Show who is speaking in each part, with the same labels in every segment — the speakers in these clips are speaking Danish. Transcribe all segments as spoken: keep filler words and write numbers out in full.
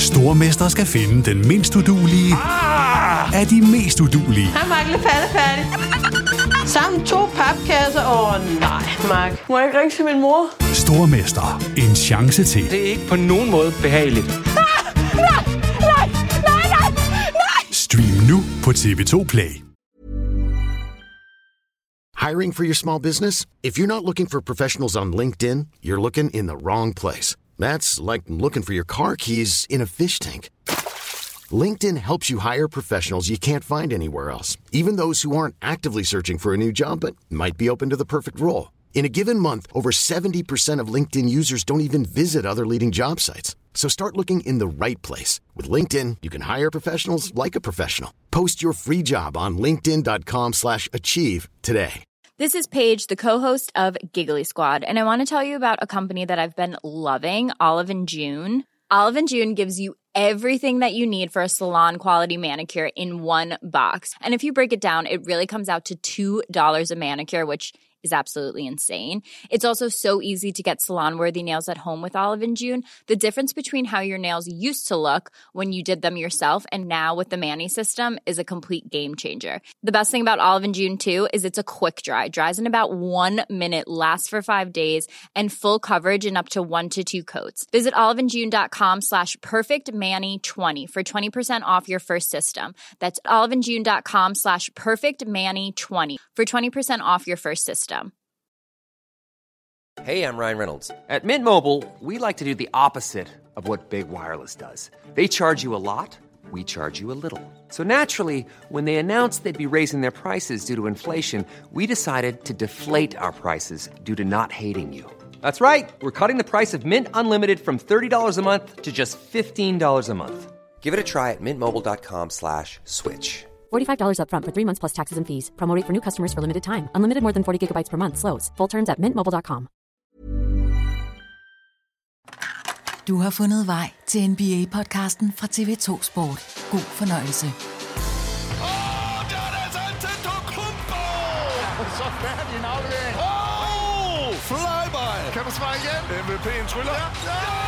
Speaker 1: Stormester skal finde den mindst uduelige ah! af de mest uduelige.
Speaker 2: Hej, Mark. Færdig. Sammen to papkasser. Åh, oh, nej, Mark. Må jeg ikke ringe til min mor?
Speaker 1: Stormester. En chance til.
Speaker 3: Det er ikke på nogen måde behageligt.
Speaker 2: Ah! Nej, nej, nej, nej, nej.
Speaker 1: Stream nu på T V to Play.
Speaker 4: Hiring for your small business? If you're not looking for professionals on LinkedIn, you're looking in the wrong place. That's like looking for your car keys in a fish tank. LinkedIn helps you hire professionals you can't find anywhere else, even those who aren't actively searching for a new job but might be open to the perfect role. In a given month, over seventy percent of LinkedIn users don't even visit other leading job sites. So start looking in the right place. With LinkedIn, you can hire professionals like a professional. Post your free job on linkedin dot com slash achieve today.
Speaker 5: This is Paige, the co-host of Giggly Squad, and I want to tell you about a company that I've been loving, Olive and June. Olive and June gives you everything that you need for a salon-quality manicure in one box. And if you break it down, it really comes out to two dollars a manicure, which is absolutely insane. It's also so easy to get salon-worthy nails at home with Olive and June. The difference between how your nails used to look when you did them yourself and now with the Mani system is a complete game changer. The best thing about Olive and June, too, is it's a quick dry. Dries in about one minute, lasts for five days, and full coverage in up to one to two coats. Visit oliveandjune.com slash perfectmani20 for twenty percent off your first system. That's oliveandjune.com slash perfectmani20 for twenty percent off your first system.
Speaker 3: Hey, I'm Ryan Reynolds. At Mint Mobile, we like to do the opposite of what Big Wireless does. They charge you a lot, we charge you a little. So naturally, when they announced they'd be raising their prices due to inflation, we decided to deflate our prices due to not hating you. That's right. We're cutting the price of Mint Unlimited from thirty dollars a month to just fifteen dollars a month. Give it a try at mintmobile.com slash switch.
Speaker 6: forty-five dollars up front for three months plus taxes and fees. Promo rate for new customers for limited time. Unlimited more than forty gigabytes per month. Slows full terms at mint mobile dot com.
Speaker 7: Du har fundet vej til N B A-podcasten fra T V to Sport. God fornøjelse.
Speaker 8: Åh, oh, der er altså Antetokounmpo! Så færdig en aflevering. Åh, oh, flyby! Kan du svare igen? M V P'en tryller. Ja, ja!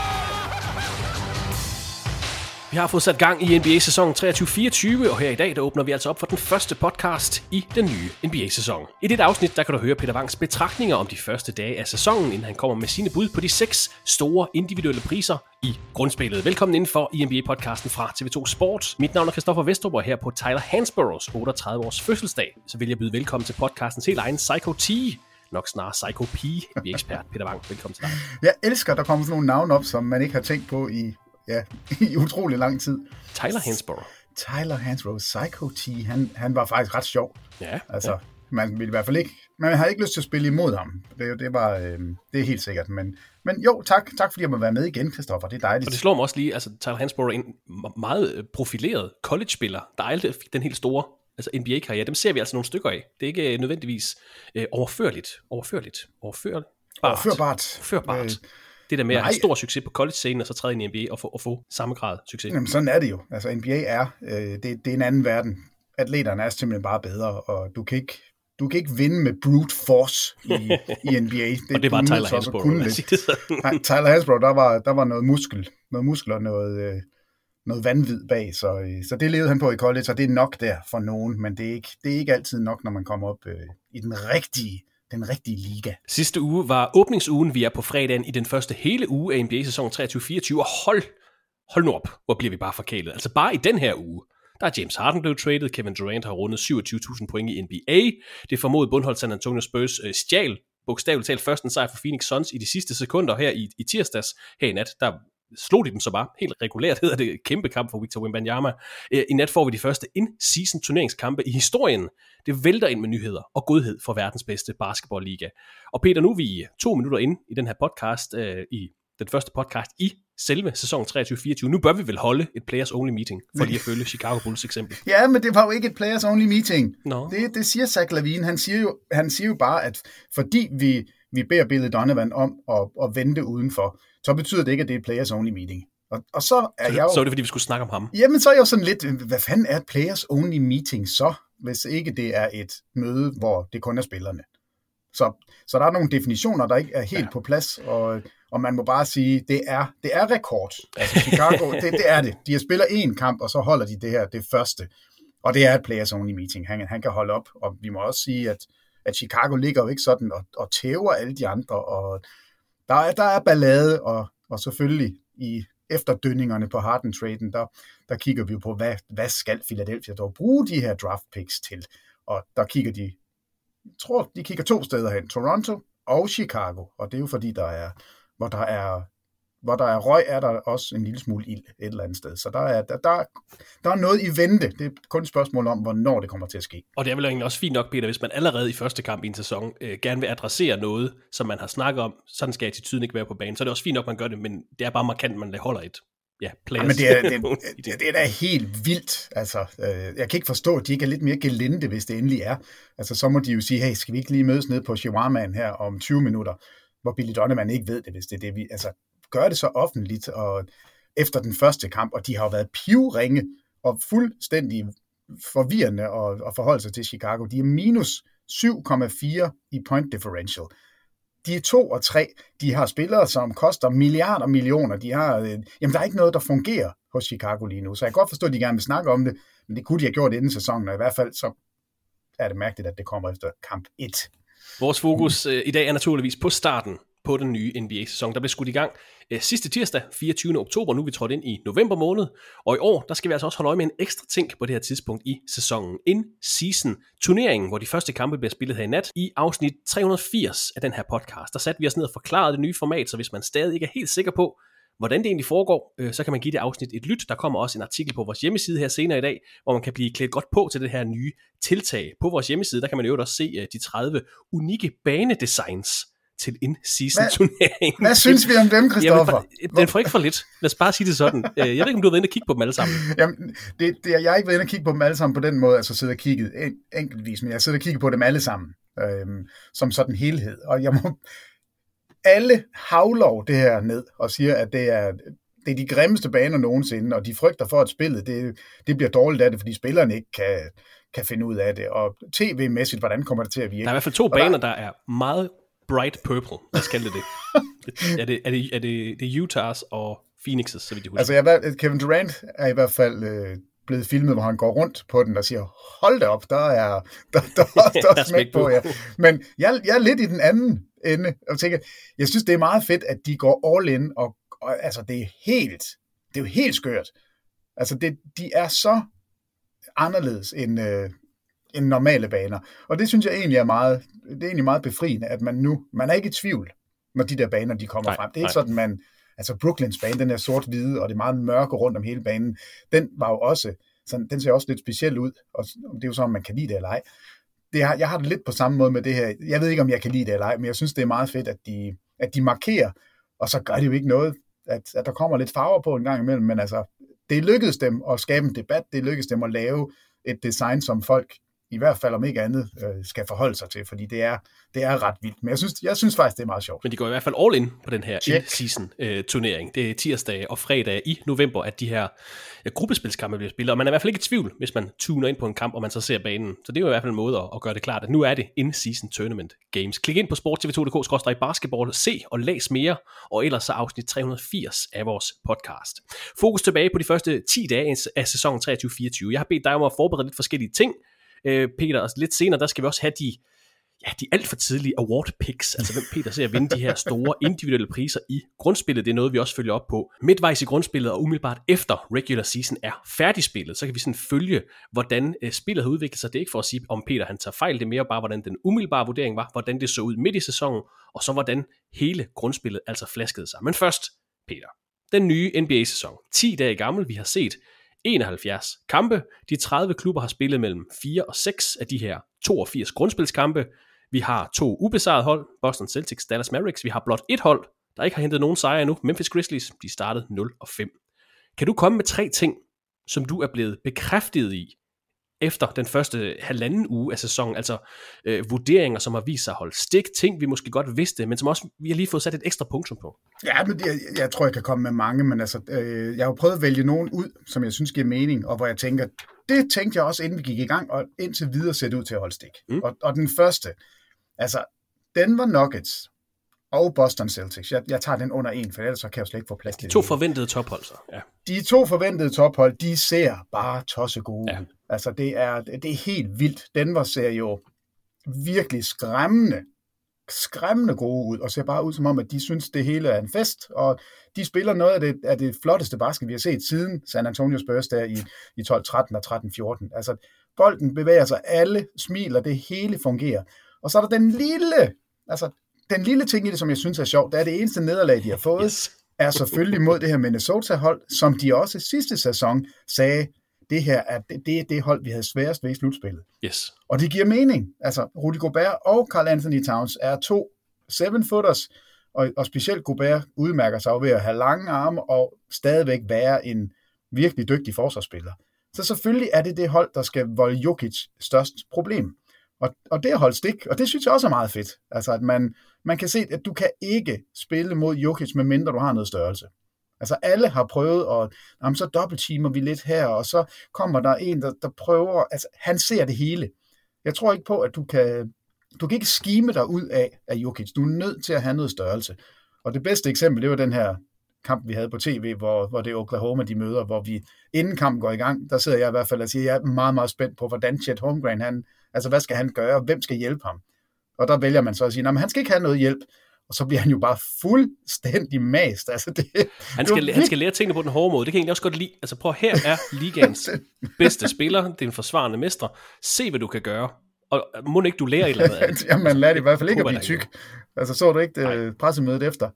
Speaker 9: Vi har fået sat gang i N B A-sæsonen treogtyve fireogtyve, og her i dag der åbner vi altså op for den første podcast i den nye N B A-sæson. I dette afsnit der kan du høre Peter Wangs betragtninger om de første dage af sæsonen, inden han kommer med sine bud på de seks store individuelle priser i grundspillet. Velkommen indenfor i N B A-podcasten fra T V to Sport. Mit navn er Christoffer Vestrup, og her på Tyler Hansboroughs otteogtredive års fødselsdag, så vil jeg byde velkommen til podcastens helt egen Psycho T, nok snarere Psycho P, N B A-ekspert Peter Wang. Velkommen til dig.
Speaker 10: Jeg elsker, at der kommer sådan nogle navne op, som man ikke har tænkt på i Ja, i utrolig lang tid.
Speaker 9: Tyler Hansborough.
Speaker 10: Tyler Hansborough, Psycho T, han, han var faktisk ret sjov.
Speaker 9: Ja.
Speaker 10: Altså,
Speaker 9: ja.
Speaker 10: man ville i hvert fald ikke, man havde ikke lyst til at spille imod ham. Det, det var, øh, det er helt sikkert. Men, men jo, tak, tak fordi jeg må være med igen, Christoffer. Det er dejligt.
Speaker 9: Og det slår mig også lige, altså Tyler Hansborough er en meget profileret college-spiller, der aldrig fik den helt store altså N B A-karriere. Dem ser vi altså nogle stykker af. Det er ikke nødvendigvis øh, overførligt. Overførligt. Overførbart.
Speaker 10: Overførbart.
Speaker 9: Overførbart. Øh, Det der med Nej. at have stor succes på college-scenen, og så træde ind i N B A og få, og få samme grad succes. Jamen sådan
Speaker 10: er det jo. Altså N B A er, øh, det, det er en anden verden. Atleterne er simpelthen bare bedre, og du kan ikke, du kan ikke vinde med brute force i, i N B A. Det,
Speaker 9: og det var Tyler Hansborough.
Speaker 10: Tyler Hansborough, der var, der var noget muskel, noget muskel og noget, øh, noget vanvid bag, så, øh, så det levede han på i college, og det er nok der for nogen, men det er ikke, det er ikke altid nok, når man kommer op øh, i den rigtige Den rigtige liga.
Speaker 9: Sidste uge var åbningsugen. Vi er på fredagen i den første hele uge af N B A-sæsonen treogtyve fireogtyve. Og hold, hold nu op, hvor bliver vi bare forkælet. Altså bare i den her uge, der er James Harden blevet traded. Kevin Durant har rundet syvogtyve tusind point i N B A. Det formodede bundhold San Antonio Spurs øh, stjal bogstaveligt talt først en sejr for Phoenix Suns i de sidste sekunder her i, i tirsdags. Her i nat, der slog de dem så bare. Helt regulært hedder det kæmpe kamp for Victor Wembanyama. I nat får vi de første in-season turneringskampe i historien. Det vælter ind med nyheder og godhed for verdens bedste basketballliga. Og Peter, nu er vi to minutter inde i den her podcast, øh, i den første podcast i selve sæson treogtyve fireogtyve. Nu bør vi vel holde et players only meeting, for lige at følge Chicago Bulls eksempel.
Speaker 10: Ja, men det var jo ikke et players only meeting.
Speaker 9: No.
Speaker 10: Det, det siger Zach LaVine. Han siger jo, han siger jo bare, at fordi vi, vi beder Billy Donovan om at, at vente udenfor, så betyder det ikke, at det er et players only meeting. Og, og så er jeg jo...
Speaker 9: Så er det, fordi vi skulle snakke om ham.
Speaker 10: Jamen, så er jeg jo sådan lidt, hvad fanden er et players only meeting så, hvis ikke det er et møde, hvor det kun er spillerne. Så, så der er nogle definitioner, der ikke er helt ja. på plads, og, Og man må bare sige, det er, det er rekord. Altså Chicago, det, det er det. De har spiller én kamp, og så holder de det her, det første. Og det er et players only meeting. Han, han kan holde op, og vi må også sige, at, at Chicago ligger jo ikke sådan og, og tæver alle de andre. Og der er, der er ballade, og, og selvfølgelig i efterdønningerne på Harden-traden, der, der kigger vi jo på, hvad, hvad skal Philadelphia dog bruge de her draft picks til? Og der kigger de, jeg tror, de kigger to steder hen, Toronto og Chicago. Og det er jo fordi, der er, hvor der er, hvor der er røg, er der også en lille smule ild et eller andet sted. Så der er, der, der, der er noget i vente. Det er kun et spørgsmål om, hvornår det kommer til at ske.
Speaker 9: Og det er vel egentlig også fint nok, Peter, hvis man allerede i første kamp i en sæson øh, gerne vil adressere noget, som man har snakket om. Sådan skal attituden ikke være på banen. Så er det også fint nok, man gør det, men det er bare markant, man holder et. Ja,
Speaker 10: ja, men det er, det, det, det er da helt vildt. Altså, øh, jeg kan ikke forstå, at de ikke er lidt mere gelinde, hvis det endelig er. Altså, så må de jo sige, hey, skal vi ikke lige mødes ned på Shawarmaen her om tyve minutter, hvor Billy Donovan ikke ved det, hvis det er det, vi... Altså, gør det så offentligt, og efter den første kamp, og de har været pivringe og fuldstændig forvirrende og, og forholde sig til Chicago. De er minus syv komma fire i point differential. De er to og tre. De har spillere, som koster milliarder millioner. De har, øh, jamen, der er ikke noget, der fungerer hos Chicago lige nu. Så jeg kan godt forstå, at de gerne vil snakke om det, men det kunne de have gjort inden sæsonen, og i hvert fald så er det mærkeligt, at det kommer efter kamp et.
Speaker 9: Vores fokus øh, i dag er naturligvis på starten på den nye N B A-sæson, der blev skudt i gang øh, sidste tirsdag, fireogtyvende oktober. Nu er vi trådt ind i november måned, og i år, der skal vi altså også holde øje med en ekstra ting på det her tidspunkt i sæsonen. In-season turneringen, hvor de første kampe bliver spillet her i nat. I afsnit tre hundrede og firs af den her podcast, der satte vi os ned og forklarede det nye format, så hvis man stadig ikke er helt sikker på, hvordan det egentlig foregår, øh, så kan man give det afsnit et lyt. Der kommer også en artikel på vores hjemmeside her senere i dag, hvor man kan blive klædt godt på til det her nye tiltag. På vores hjemmeside, der kan man jo også se øh, de tredive unikke banedesigns til in-season turnering.
Speaker 10: Hvad synes vi om dem, Christoffer?
Speaker 9: Jamen, den får ikke for lidt. Lad os bare sige det sådan. Jeg ved ikke, om du har været inde og kigge på dem alle sammen.
Speaker 10: Jamen, det, det, jeg har ikke været inde og kigge på dem alle sammen på den måde, altså sidder og kigget en, enkeltvis, men jeg sidder og kigger på dem alle sammen, øhm, som sådan helhed. Og jeg må... Alle havlov det her ned og siger, at det er, det er de grimmeste baner nogensinde, og de frygter for, at spillet det, det bliver dårligt af det, fordi spillerne ikke kan, kan finde ud af det. Og tv-mæssigt, hvordan kommer det til at virke?
Speaker 9: Der er i hvert fald to baner, der er meget bright purple. Hvad skal det det? er det? Er det, er det, det er Utahs og Phoenix's, så vidt jeg husker?
Speaker 10: Altså, jeg, Kevin Durant er i hvert fald øh, blevet filmet, hvor han går rundt på den og siger, hold da op, der er, der, der, der, der er smæk på. Ja. Men jeg, jeg er lidt i den anden ende, og tænker, jeg synes, det er meget fedt, at de går all in, og, og altså, det er helt, det er jo helt skørt. Altså, det, de er så anderledes end, øh, end normale baner. Og det synes jeg egentlig er meget, det er egentlig meget befriende, at man nu, man er ikke i tvivl, når de der baner, de kommer nej, frem. Det er nej. Ikke sådan, man, altså Brooklyns bane, den er sort-hvide, og det er meget mørke rundt om hele banen. Den var jo også, sådan, den ser også lidt speciel ud, og det er jo sådan, om man kan lide det eller ej. Det har, jeg har det lidt på samme måde med det her. Jeg ved ikke, om jeg kan lide det eller ej, men jeg synes, det er meget fedt, at de, at de markerer, og så gør det jo ikke noget, at, at der kommer lidt farver på en gang imellem, men altså, det lykkedes dem at skabe en debat, det lykkedes dem at lave et design, som folk i hvert fald om ikke andet øh, skal forholde sig til, fordi det er, det er ret vildt. Men jeg synes, jeg synes faktisk, det er meget sjovt.
Speaker 9: Men de går i hvert fald all in på den her in-season øh, turnering. Det er tirsdag og fredag i november, at de her ja, gruppespilskampe bliver spillet, og man er i hvert fald ikke i tvivl, hvis man tuner ind på en kamp, og man så ser banen. Så det er jo i hvert fald en måde at, at gøre det klart, at nu er det in-season tournament games. Klik ind på sport t v to punktum d k skråstreg basketball, se og læs mere, og ellers så afsnit tre hundrede og firs af vores podcast. Fokus tilbage på de første ti dage af sæsonen treogtyve fireogtyve. Jeg har bedt dig om at forberede lidt forskellige ting, Peter, og lidt senere, der skal vi også have de, ja, de alt for tidlige award picks, altså hvem Peter ser at vinde de her store individuelle priser i grundspillet. Det er noget, vi også følger op på. Midtvejs i grundspillet og umiddelbart efter regular season er færdigspillet, så kan vi sådan følge, hvordan øh, spillet har udviklet sig. Det er ikke for at sige, om Peter han tager fejl, det er mere bare, hvordan den umiddelbare vurdering var, hvordan det så ud midt i sæsonen, og så hvordan hele grundspillet altså flaskede sig. Men først, Peter, den nye N B A-sæson, ti dage gammel, vi har set enoghalvfjerds kampe. De tredive klubber har spillet mellem fire og seks af de her toogfirs grundspilskampe. Vi har to ubesejrede hold, Boston Celtics, Dallas Mavericks. Vi har blot et hold, der ikke har hentet nogen sejre endnu, Memphis Grizzlies. De startede nul og fem. Kan du komme med tre ting, som du er blevet bekræftet i efter den første halvanden uge af sæsonen, altså øh, vurderinger, som har vist sig at holde stik, ting vi måske godt vidste, men som også vi har lige fået sat et ekstra punktum på?
Speaker 10: Ja, men jeg, jeg tror, jeg kan komme med mange, men altså, øh, jeg har prøvet at vælge nogen ud, som jeg synes giver mening, og hvor jeg tænker, det tænkte jeg også, inden vi gik i gang, og indtil videre ser det ud til at holde stik. Mm. Og, og den første, altså, Denver Nuggets og Boston Celtics. Jeg, jeg tager den under en, for ellers så kan jeg jo slet ikke få plads til
Speaker 9: de
Speaker 10: det.
Speaker 9: to forventede tophold, så. Ja.
Speaker 10: De to forventede tophold, de ser bare tosse gode
Speaker 9: ja.
Speaker 10: ud. Altså, det er, det er helt vildt. Denver ser jo virkelig skræmmende, skræmmende gode ud, og ser bare ud som om, at de synes, det hele er en fest, og de spiller noget af det, af det flotteste basket, vi har set siden San Antonio Spurs der i, i tolv tretten og tretten fjorten. Altså, bolden bevæger sig, alle smiler, det hele fungerer. Og så er der den lille, altså, den lille ting i det, som jeg synes er sjovt, det er det eneste nederlag, de har fået, yes. er selvfølgelig mod det her Minnesota-hold, som de også sidste sæson sagde, det her er det, det, er det hold, vi havde sværest ved i slutspillet.
Speaker 9: Yes.
Speaker 10: Og det giver mening. Altså, Rudy Gobert og Karl Anthony Towns er to seven-footers, og, og specielt Gobert udmærker sig ved at have lange arme og stadigvæk være en virkelig dygtig forsvarsspiller. Så selvfølgelig er det det hold, der skal volde Jokic størst problem. Og, og det er holdt stik, og det synes jeg også er meget fedt. Altså, at man, man kan se, at du kan ikke spille mod Jokic, medmindre du har noget størrelse. Altså alle har prøvet, og jamen, så dobbeltteamer vi lidt her, og så kommer der en, der, der prøver, altså han ser det hele. Jeg tror ikke på, at du kan, du kan ikke skime dig ud af, af Jokic. Du er nødt til at have noget størrelse. Og det bedste eksempel, det var den her kamp, vi havde på tv, hvor, hvor det er Oklahoma, de møder, hvor vi inden kampen går i gang, der sidder jeg i hvert fald og siger, jeg er meget, meget spændt på, hvordan Chet Holmgren, han, altså hvad skal han gøre, hvem skal hjælpe ham? Og der vælger man så at sige, nej, han skal ikke have noget hjælp. Og så bliver han jo bare fuldstændig mast. Altså det,
Speaker 9: han, skal, han skal lære tingene på den hårde måde. Det kan jeg egentlig også godt lide. Altså prøv, her er ligaens bedste spiller. Det er en forsvarende mestre. Se, hvad du kan gøre. Og må ikke du lære et eller andet?
Speaker 10: Jamen, man lærer det i hvert fald ikke at blive tyk. Altså så du ikke det pressemødet efter?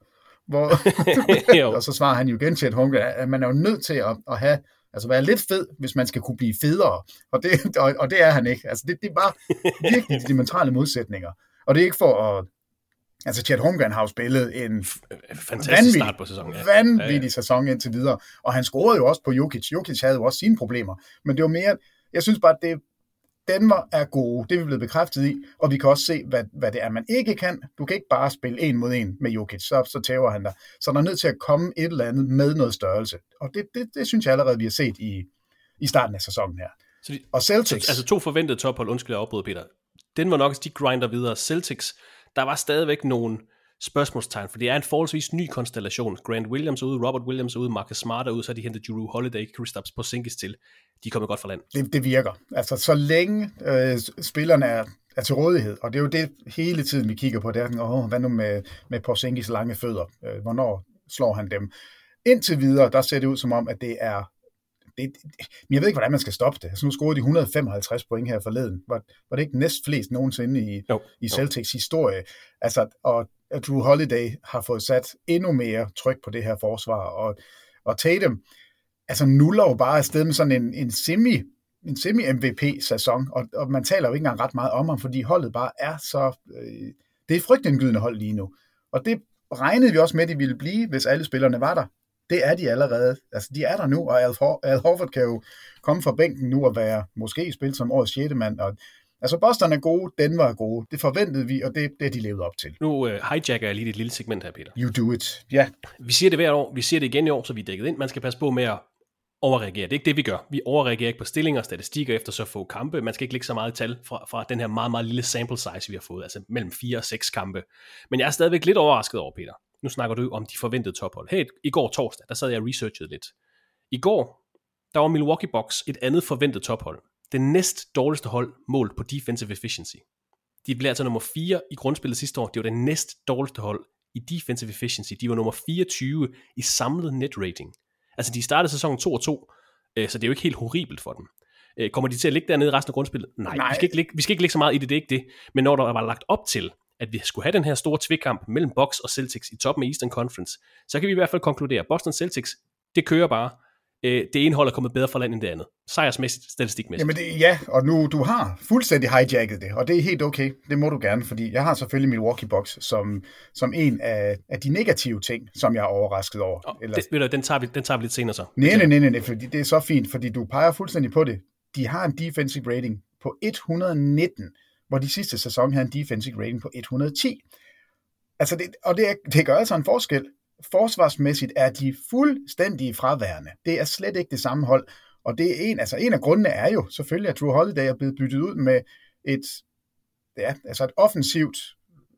Speaker 10: Hvor, og så svarer han jo igen til, at man er jo nødt til at, at have, altså være lidt fed, hvis man skal kunne blive federe. Og det, og, og det er han ikke. Altså det, det er bare virkelig de dimensionale modsætninger. Og det er ikke for at altså, Chet Holmgren har jo spillet en
Speaker 9: fantastisk start på sæsonen. Ja.
Speaker 10: Vanvittig
Speaker 9: ja, ja.
Speaker 10: sæson indtil videre. Og han scorede jo også på Jokic. Jokic havde jo også sine problemer. Men det var mere, jeg synes bare, at det, Denver er gode. Det er vi blevet bekræftet i. Og vi kan også se, hvad, hvad det er, man ikke kan. Du kan ikke bare spille en mod en med Jokic. Så, så tæver han dig. Så der er nødt til at komme et eller andet med noget størrelse. Og det, det, det synes jeg allerede, vi har set i, i starten af sæsonen her.
Speaker 9: Så de,
Speaker 10: og Celtics.
Speaker 9: Altså to forventede tophold. Undskyld, jeg afbryder, Peter. Denver Nuggets, de grinder videre. Celtics, der var stadigvæk nogle spørgsmålstegn, for det er en forholdsvis ny konstellation. Grant Williams er ude, Robert Williams er ude, Marcus Smart er ude, så har de hentet Jrue Holiday, Kristaps Porzingis til. De er kommet godt fra land.
Speaker 10: Det, det virker. Altså, så længe øh, spillerne er, er til rådighed, og det er jo det hele tiden, vi kigger på, det er, åh, hvad nu med, med Porzingis lange fødder? Øh, hvornår slår han dem? Indtil videre, der ser det ud som om, at det er Det, men jeg ved ikke, hvordan man skal stoppe det. Altså, nu scorede de et hundrede og femoghalvtreds point her forleden. Var, var det ikke næst flest nogensinde i,
Speaker 9: jo,
Speaker 10: i Celtics jo. historie? Altså, og at Jrue Holiday har fået sat endnu mere tryk på det her forsvar. Og, og Tatum, altså nuller jo bare afsted med sådan en, en semi en semi-M V P-sæson, og, og man taler jo ikke engang ret meget om ham, fordi holdet bare er så... Øh, det er frygtindgydende hold lige nu. Og det regnede vi også med, at de ville blive, hvis alle spillerne var der. Det er de allerede. Altså, de er der nu, og Al, Hor- Al Horford kan jo komme fra bænken nu og være måske i spil som årets sjette mand. Og, altså, Boston er gode, Denver er gode. Det forventede vi, og det, det er de levet op til.
Speaker 9: Nu uh, hijacker jeg lige et lille segment her, Peter.
Speaker 10: You do it. Ja. Yeah.
Speaker 9: Vi siger det hvert år, vi siger det igen i år, så vi er dækket ind. Man skal passe på med at overreagere. Det er ikke det, vi gør. Vi overreagerer ikke på stillinger og statistikker efter så få kampe. Man skal ikke lægge så meget tal fra, fra den her meget, meget lille sample size, vi har fået, altså mellem fire og seks kampe. Men jeg er stadigvæk lidt overrasket over, Peter. Nu snakker du om de forventede tophold. Hey, i går torsdag, der sad jeg og researchede lidt. I går, der var Milwaukee Bucks et andet forventet tophold. Det næst dårligste hold målt på defensive efficiency. De blev altså nummer fire i grundspillet sidste år. Det var det næst dårligste hold i defensive efficiency. De var nummer fireogtyve i samlet net rating. Altså, de startede sæsonen to og to, så det er jo ikke helt horribelt for dem. Kommer de til at ligge dernede i resten af grundspillet? Nej, Nej. Vi, skal ikke ligge, vi skal ikke ligge så meget i det, det er ikke det. Men når der var lagt op til, at vi skulle have den her store tvekamp mellem Bucks og Celtics i toppen af Eastern Conference, så kan vi i hvert fald konkludere, at Boston Celtics, det kører bare. Det ene hold er kommet bedre fra land end det andet. Sejrsmæssigt, statistikmæssigt.
Speaker 10: Jamen det, ja, og nu du har fuldstændig hijacket det, og det er helt okay. Det må du gerne, fordi jeg har selvfølgelig Milwaukee Bucks som, som en af, af de negative ting, som jeg er overrasket over.
Speaker 9: Oh, Eller... det, ved du, den, tager vi, den tager vi lidt senere så.
Speaker 10: Nej, nej, nej, nej, fordi det er så fint, fordi du peger fuldstændig på det. De har en defensive rating på et hundrede og nitten, hvor de sidste sæson havde en defensive rating på et hundrede og ti. Altså det, og det, er, det gør altså en forskel. Forsvarsmæssigt er de fuldstændig fraværende. Det er slet ikke det samme hold. Og det er en, altså en af grundene er jo selvfølgelig, at Jrue Holiday er blevet byttet ud med et, ja, altså et offensivt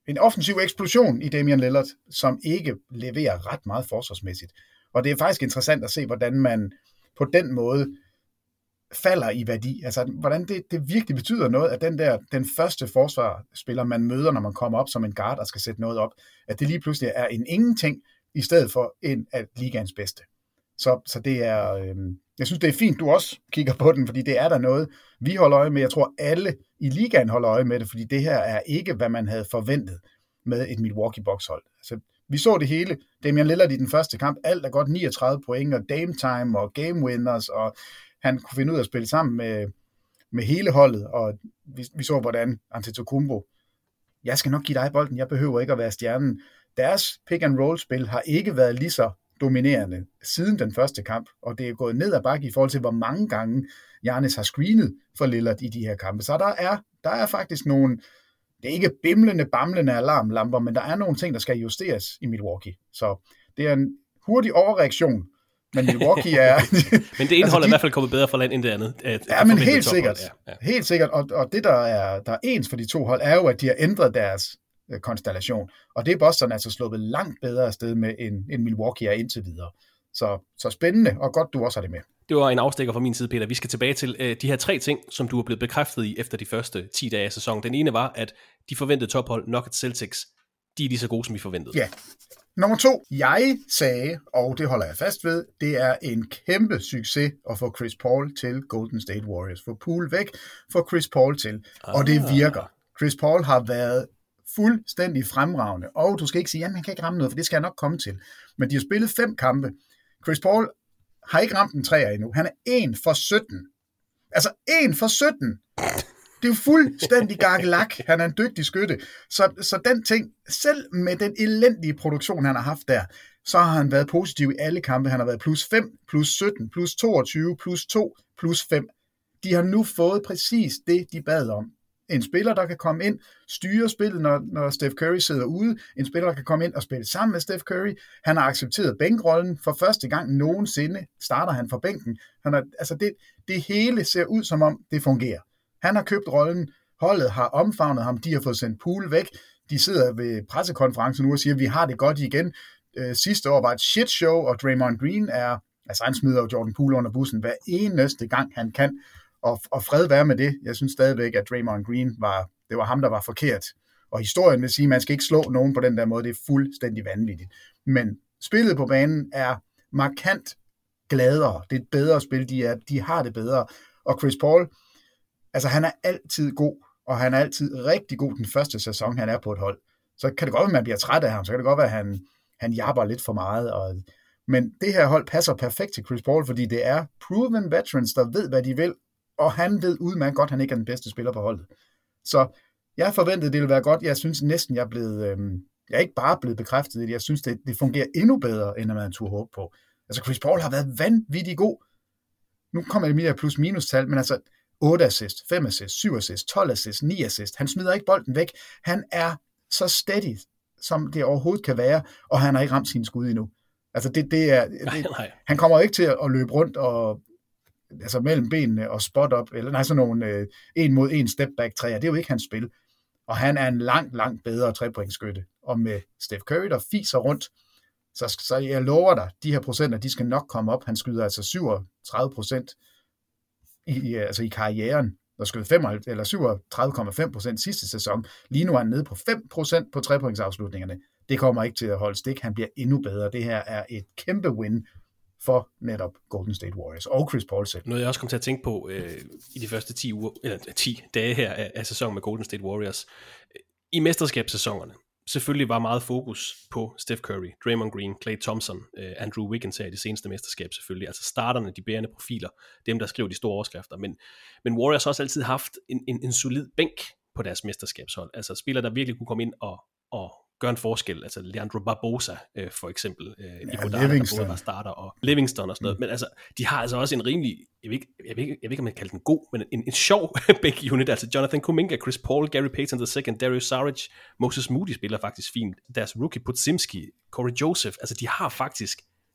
Speaker 10: en offensiv eksplosion i Damian Lillard, som ikke leverer ret meget forsvarsmæssigt. Og det er faktisk interessant at se, hvordan man på den måde falder i værdi. Altså, hvordan det, det virkelig betyder noget, at den der, den første forsvarsspiller, man møder, når man kommer op som en guard og skal sætte noget op, at det lige pludselig er en ingenting, i stedet for en af ligaens bedste. Så, så det er, øh, jeg synes, det er fint, du også kigger på den, fordi det er der noget, vi holder øje med. Jeg tror, alle i ligaen holder øje med det, fordi det her er ikke, hvad man havde forventet med et Milwaukee Bucks hold. Altså, vi så det hele. Damian Lillard i den første kamp, alt er godt niogtredive point, og Dame Time, og Game Winners, og han kunne finde ud af at spille sammen med, med hele holdet, og vi, vi så, hvordan Antetokounmpo, jeg skal nok give dig bolden, jeg behøver ikke at være stjernen. Deres pick-and-roll-spil har ikke været lige så dominerende siden den første kamp, og det er gået ned ad bakke i forhold til, hvor mange gange Giannis har screenet for Lillard i de her kampe. Så der er, der er faktisk nogle, det er ikke bimlende, bamlende alarmlamper, men der er nogle ting, der skal justeres i Milwaukee. Så det er en hurtig overreaktion, men Milwaukee er...
Speaker 9: men det indhold altså, de, er i hvert fald kommet bedre for land end det andet. At,
Speaker 10: ja, men helt sikkert. Ja, ja. Helt sikkert, og, og det, der er, der er ens for de to hold, er jo, at de har ændret deres øh, konstellation. Og det er Boston altså sluppet langt bedre afsted med, end, end Milwaukee er indtil videre. Så, så spændende, og godt, du også har det med.
Speaker 9: Det var en afstikker fra min side, Peter. Vi skal tilbage til øh, de her tre ting, som du er blevet bekræftet i efter de første ti dage af sæsonen. Den ene var, at de forventede tophold, Nuggets Celtics, de er lige så gode, som vi forventede.
Speaker 10: Ja. Nummer to, jeg sagde, og det holder jeg fast ved, det er en kæmpe succes at få Chris Paul til Golden State Warriors. Få Poole væk, få Chris Paul til, ah. og det virker. Chris Paul har været fuldstændig fremragende, og du skal ikke sige, at han kan ikke ramme noget, for det skal jeg nok komme til. Men de har spillet fem kampe. Chris Paul har ikke ramt en træer endnu. Han er en for sytten. Altså en for sytten! Det er jo fuldstændig gakkelak. Han er en dygtig skytte. Så, så den ting, selv med den elendige produktion, han har haft der, så har han været positiv i alle kampe. Han har været plus fem, plus sytten, plus toogtyve, plus to, plus fem. De har nu fået præcis det, de bad om. En spiller, der kan komme ind, styre spillet, når, når Steph Curry sidder ude. En spiller, der kan komme ind og spille sammen med Steph Curry. Han har accepteret bænkrollen. For første gang nogensinde starter han fra bænken. Han har, altså det, det hele ser ud, som om det fungerer. Han har købt rollen, holdet har omfavnet ham, de har fået sendt Poole væk, de sidder ved pressekonferencen nu og siger, at vi har det godt igen. Øh, sidste år var et shit show, og Draymond Green er, altså han smider jo Jordan Poole under bussen hver eneste gang han kan, og, og fred være med det. Jeg synes stadigvæk, at Draymond Green var, det var ham, der var forkert. Og historien vil sige, at man skal ikke slå nogen på den der måde, det er fuldstændig vanvittigt. Men spillet på banen er markant gladere, det er et bedre spil, de, er, de har det bedre, og Chris Paul, altså han er altid god, og han er altid rigtig god den første sæson, han er på et hold. Så kan det godt være, at man bliver træt af ham, så kan det godt være, at han, han jabber lidt for meget. Og, men det her hold passer perfekt til Chris Paul, fordi det er proven veterans, der ved, hvad de vil, og han ved udmærket godt, at han ikke er den bedste spiller på holdet. Så jeg forventede, det ville være godt. Jeg synes næsten, jeg er blevet, øhm, jeg er ikke bare blevet bekræftet i det, jeg synes, det, det fungerer endnu bedre, end man turde håbe på. Altså Chris Paul har været vanvittig god. Nu kommer det mere plus-minus-tal, men altså otte assist, fem assist, syv assist, tolv assist, ni assist. Han smider ikke bolden væk. Han er så steady, som det overhovedet kan være, og han har ikke ramt sine skud endnu. Altså det, det er, det, nej, nej. Han kommer ikke til at løbe rundt og altså mellem benene og spot up, eller nej, sådan nogle øh, en mod en step back træer. Det er jo ikke hans spil. Og han er en langt, langt bedre trepointsskytte. Og med Steph Curry, der fiser rundt, så, så jeg lover dig, de her procenter, de skal nok komme op. Han skyder altså syvogtredive procent i, altså i karrieren, der skød femoghalvfems eller syvogtredive komma fem procent sidste sæson. Lige nu er han nede på fem procent på trepointsafslutningerne. Det kommer ikke til at holde stik. Han bliver endnu bedre. Det her er et kæmpe win for netop Golden State Warriors og Chris Paul selv.
Speaker 9: Noget jeg også kom til at tænke på øh, i de første ti uger, eller ti dage her af, af sæsonen med Golden State Warriors. I mesterskabssæsonerne selvfølgelig var meget fokus på Steph Curry, Draymond Green, Klay Thompson, øh, Andrew Wiggins her i det seneste mesterskab selvfølgelig, altså starterne, de bærende profiler, dem der skrev de store overskrifter, men, men Warriors har også altid haft en, en, en solid bænk på deres mesterskabshold, altså spillere, der virkelig kunne komme ind og, og gøre en forskel, altså Leandro Barbosa øh, for eksempel, øh, ja, Iguodala, der både var starter, og Livingston og sådan noget, mm. men altså, de har altså også en rimelig, jeg ved ikke, jeg ved ikke, jeg ved ikke om man kalder den god, men en, en sjov bænk unit, altså Jonathan Kuminga, Chris Paul, Gary Payton the second, Darius Saric, Moses Moody spiller faktisk fint, deres rookie Podziemski, Corey Joseph, altså de har faktisk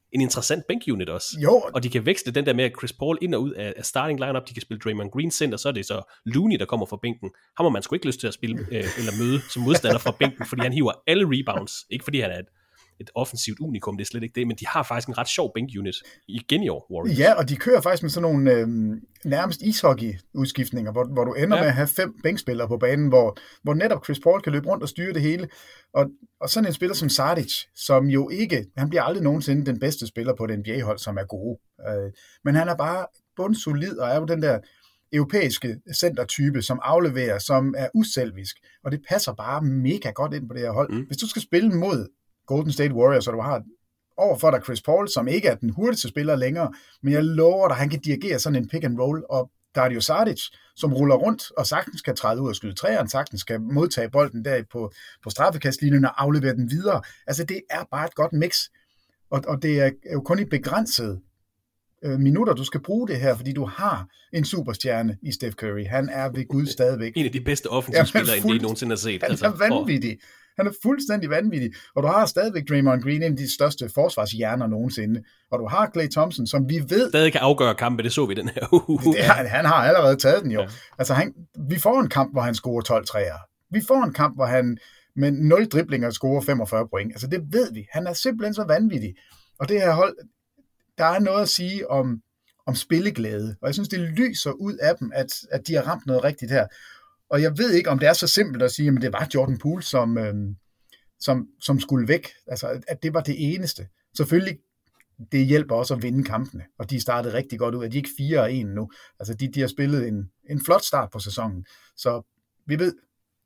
Speaker 9: en interessant bænkunit også.
Speaker 10: Jo.
Speaker 9: Og de kan veksle den der med, at Chris Paul ind og ud af, af starting lineup, de kan spille Draymond Green center, så er det så Looney, der kommer fra bænken. Ham har man sgu ikke lyst til at spille øh, eller møde som modstander fra bænken, fordi han hiver alle rebounds. Ikke fordi han er et, et offensivt unikum, det er slet ikke det, men de har faktisk en ret sjov bænkunit igen i år, Warriors.
Speaker 10: Ja, og de kører faktisk med sådan nogle øh, nærmest ishockey-udskiftninger, hvor, hvor du ender ja. med at have fem bænkspillere på banen, hvor, hvor netop Chris Paul kan løbe rundt og styre det hele. Og, og sådan en spiller som Saric, som jo ikke, han bliver aldrig nogensinde den bedste spiller på et N B A-hold, som er gode. Øh, men han er bare bundsolid og er jo den der europæiske centertype, som afleverer, som er uselvisk. Og det passer bare mega godt ind på det her hold. Mm. Hvis du skal spille mod Golden State Warriors, og du har overfor dig Chris Paul, som ikke er den hurtigste spiller længere, men jeg lover dig, han kan dirigere sådan en pick and roll, og Dario Saric, som ruller rundt og sagtens kan træde ud og skyde træerne, sagtens kan modtage bolden der på, på straffekastlinjen og aflevere den videre. Altså det er bare et godt mix, og, og det er jo kun i begrænset øh, minutter, du skal bruge det her, fordi du har en superstjerne i Steph Curry. Han er ved Gud stadigvæk.
Speaker 9: En af de bedste offensivspillere, ja, I nogensinde har set.
Speaker 10: Han
Speaker 9: altså,
Speaker 10: er vanvittig. Han er fuldstændig vanvittig, og du har stadigvæk Draymond Green, en af de største forsvarshjerner nogensinde, og du har Klay Thompson, som vi ved
Speaker 9: stadig kan afgøre kampe, det så vi den her uge.
Speaker 10: Det, han, han har allerede taget den jo. Ja. Altså han, vi får en kamp, hvor han scorer tolv træer. Vi får en kamp, hvor han med nul driblinger scorer femogfyrre point. Altså det ved vi. Han er simpelthen så vanvittig. Og det her hold, der er noget at sige om, om spilleglæde, og jeg synes, det lyser ud af dem, at, at de har ramt noget rigtigt her. Og jeg ved ikke, om det er så simpelt at sige, at det var Jordan Poole, som, øhm, som, som skulle væk. Altså, at det var det eneste. Selvfølgelig, det hjælper også at vinde kampene, og de startede rigtig godt ud. At de ikke fire og en nu. Altså, de, de har spillet en, en flot start på sæsonen. Så vi ved,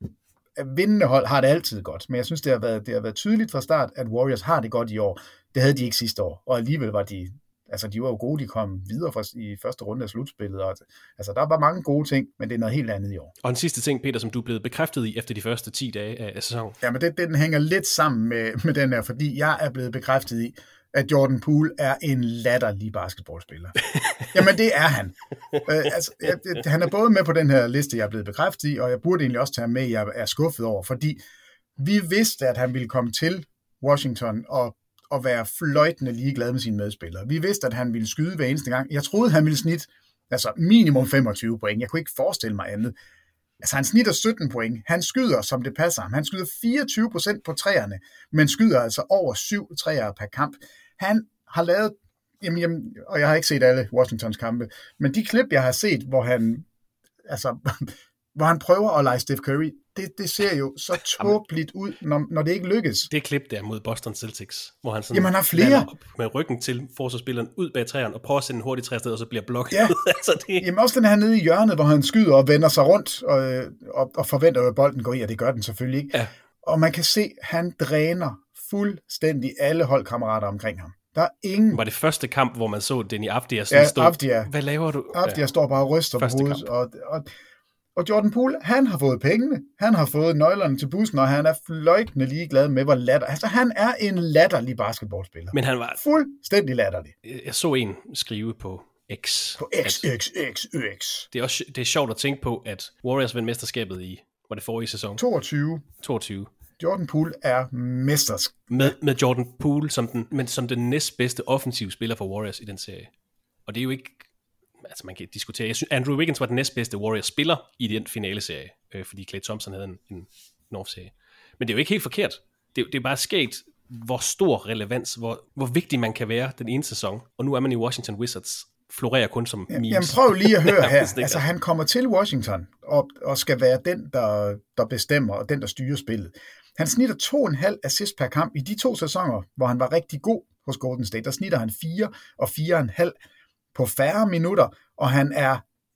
Speaker 10: at vindende hold har det altid godt. Men jeg synes, det har været, det har været tydeligt fra start, at Warriors har det godt i år. Det havde de ikke sidste år, og alligevel var de... Altså, de var jo gode, de kom videre fra, i første runde af slutspillet. Og, altså, der var mange gode ting, men det er noget helt andet i år.
Speaker 9: Og en sidste ting, Peter, som du er blevet bekræftet i efter de første ti dage af sæsonen.
Speaker 10: Jamen, det, den hænger lidt sammen med, med den her, fordi jeg er blevet bekræftet i, at Jordan Poole er en latterlig basketballspiller. Jamen, det er han. øh, altså, jeg, han er både med på den her liste, jeg er blevet bekræftet i, og jeg burde egentlig også tage med, jeg er skuffet over, fordi vi vidste, at han ville komme til Washington og og være fløjtende ligeglad med sine medspillere. Vi vidste, at han ville skyde hver eneste gang. Jeg troede, han ville snit altså minimum femogtyve point. Jeg kunne ikke forestille mig andet. Altså, han snitter sytten point. Han skyder, som det passer ham. Han skyder fireogtyve procent på træerne, men skyder altså over syv træer per kamp. Han har lavet, jamen, jamen, og jeg har ikke set alle Washingtons kampe, men de klip, jeg har set, hvor han, altså, hvor han prøver at lege Steph Curry, Det, det ser jo så tåbeligt ud, når, når det ikke lykkes.
Speaker 9: Det klip der mod Boston Celtics, hvor han sådan
Speaker 10: Jamen, har flere.
Speaker 9: Op med ryggen til forsvarsspilleren ud bag træerne og prøver at sende en hurtig træsted, og så bliver blokket.
Speaker 10: Ja.
Speaker 9: altså, det...
Speaker 10: Jamen også den her nede i hjørnet, hvor han skyder og vender sig rundt og, og, og forventer, at bolden går i, og det gør den selvfølgelig ikke.
Speaker 9: Ja.
Speaker 10: Og man kan se, at han dræner fuldstændig alle holdkammerater omkring ham. Der er ingen...
Speaker 9: Var det første kamp, hvor man så Denny Avdija sådan
Speaker 10: ja,
Speaker 9: stå?
Speaker 10: Avdija.
Speaker 9: Hvad laver du?
Speaker 10: Avdija ja. står bare og ryster første på hovedet. Og, og, og Jordan Poole, han har fået pengene. Han har fået nøglerne til bussen, og han er fløjtende ligeglad med, hvor latter... Altså, han er en latterlig basketballspiller.
Speaker 9: Men han var...
Speaker 10: Fuldstændig latterlig.
Speaker 9: Jeg så en skrive på X.
Speaker 10: På X, X, X, X.
Speaker 9: Det er også det er sjovt at tænke på, at Warriors vandt mesterskabet i, var det forrige sæson?
Speaker 10: toogtyve.
Speaker 9: toogtyve.
Speaker 10: Jordan Poole er mestersk.
Speaker 9: Med, med Jordan Poole som den, men som den næstbedste offensive spiller for Warriors i den serie. Og det er jo ikke... Altså man kan diskutere. Jeg synes, Andrew Wiggins var den næstbedste Warriors-spiller i den finale-serie, øh, fordi Klay Thompson havde en, en North-serie. Men det er jo ikke helt forkert. Det, det er bare sket, hvor stor relevans, hvor, hvor vigtig man kan være den ene sæson. Og nu er man i Washington Wizards, florerer kun som memes.
Speaker 10: Jamen prøv lige at høre her. Altså han kommer til Washington og, og skal være den, der, der bestemmer, og den, der styrer spillet. Han snitter to og en halv assist per kamp i de to sæsoner, hvor han var rigtig god hos Golden State. Der snitter han fire og fire og en halv på færre minutter, og han er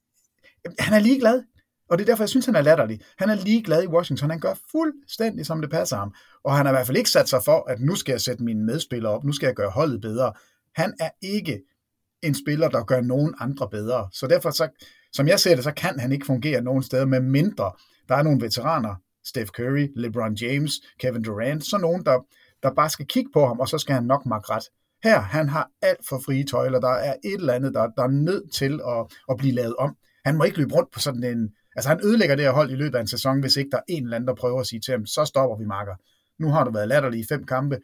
Speaker 10: han er ligeglad. Og det er derfor, jeg synes, han er latterlig. Han er ligeglad i Washington. Han gør fuldstændig, som det passer ham. Og han har i hvert fald ikke sat sig for, at nu skal jeg sætte mine medspillere op, nu skal jeg gøre holdet bedre. Han er ikke en spiller, der gør nogen andre bedre. Så derfor, så, som jeg ser det, så kan han ikke fungere nogen steder, med mindre der er nogle veteraner, Steph Curry, LeBron James, Kevin Durant, så nogen, der, der bare skal kigge på ham, og så skal han nok makke ret. Her, han har alt for frie tøjler. Der er et eller andet, der, der er nødt til at, at blive lavet om. Han må ikke løbe rundt på sådan en... Altså, han ødelægger det her hold i løbet af en sæson, hvis ikke der er en eller anden, der prøver at sige til ham, så stopper vi, makker. Nu har du været latterlig i fem kampe.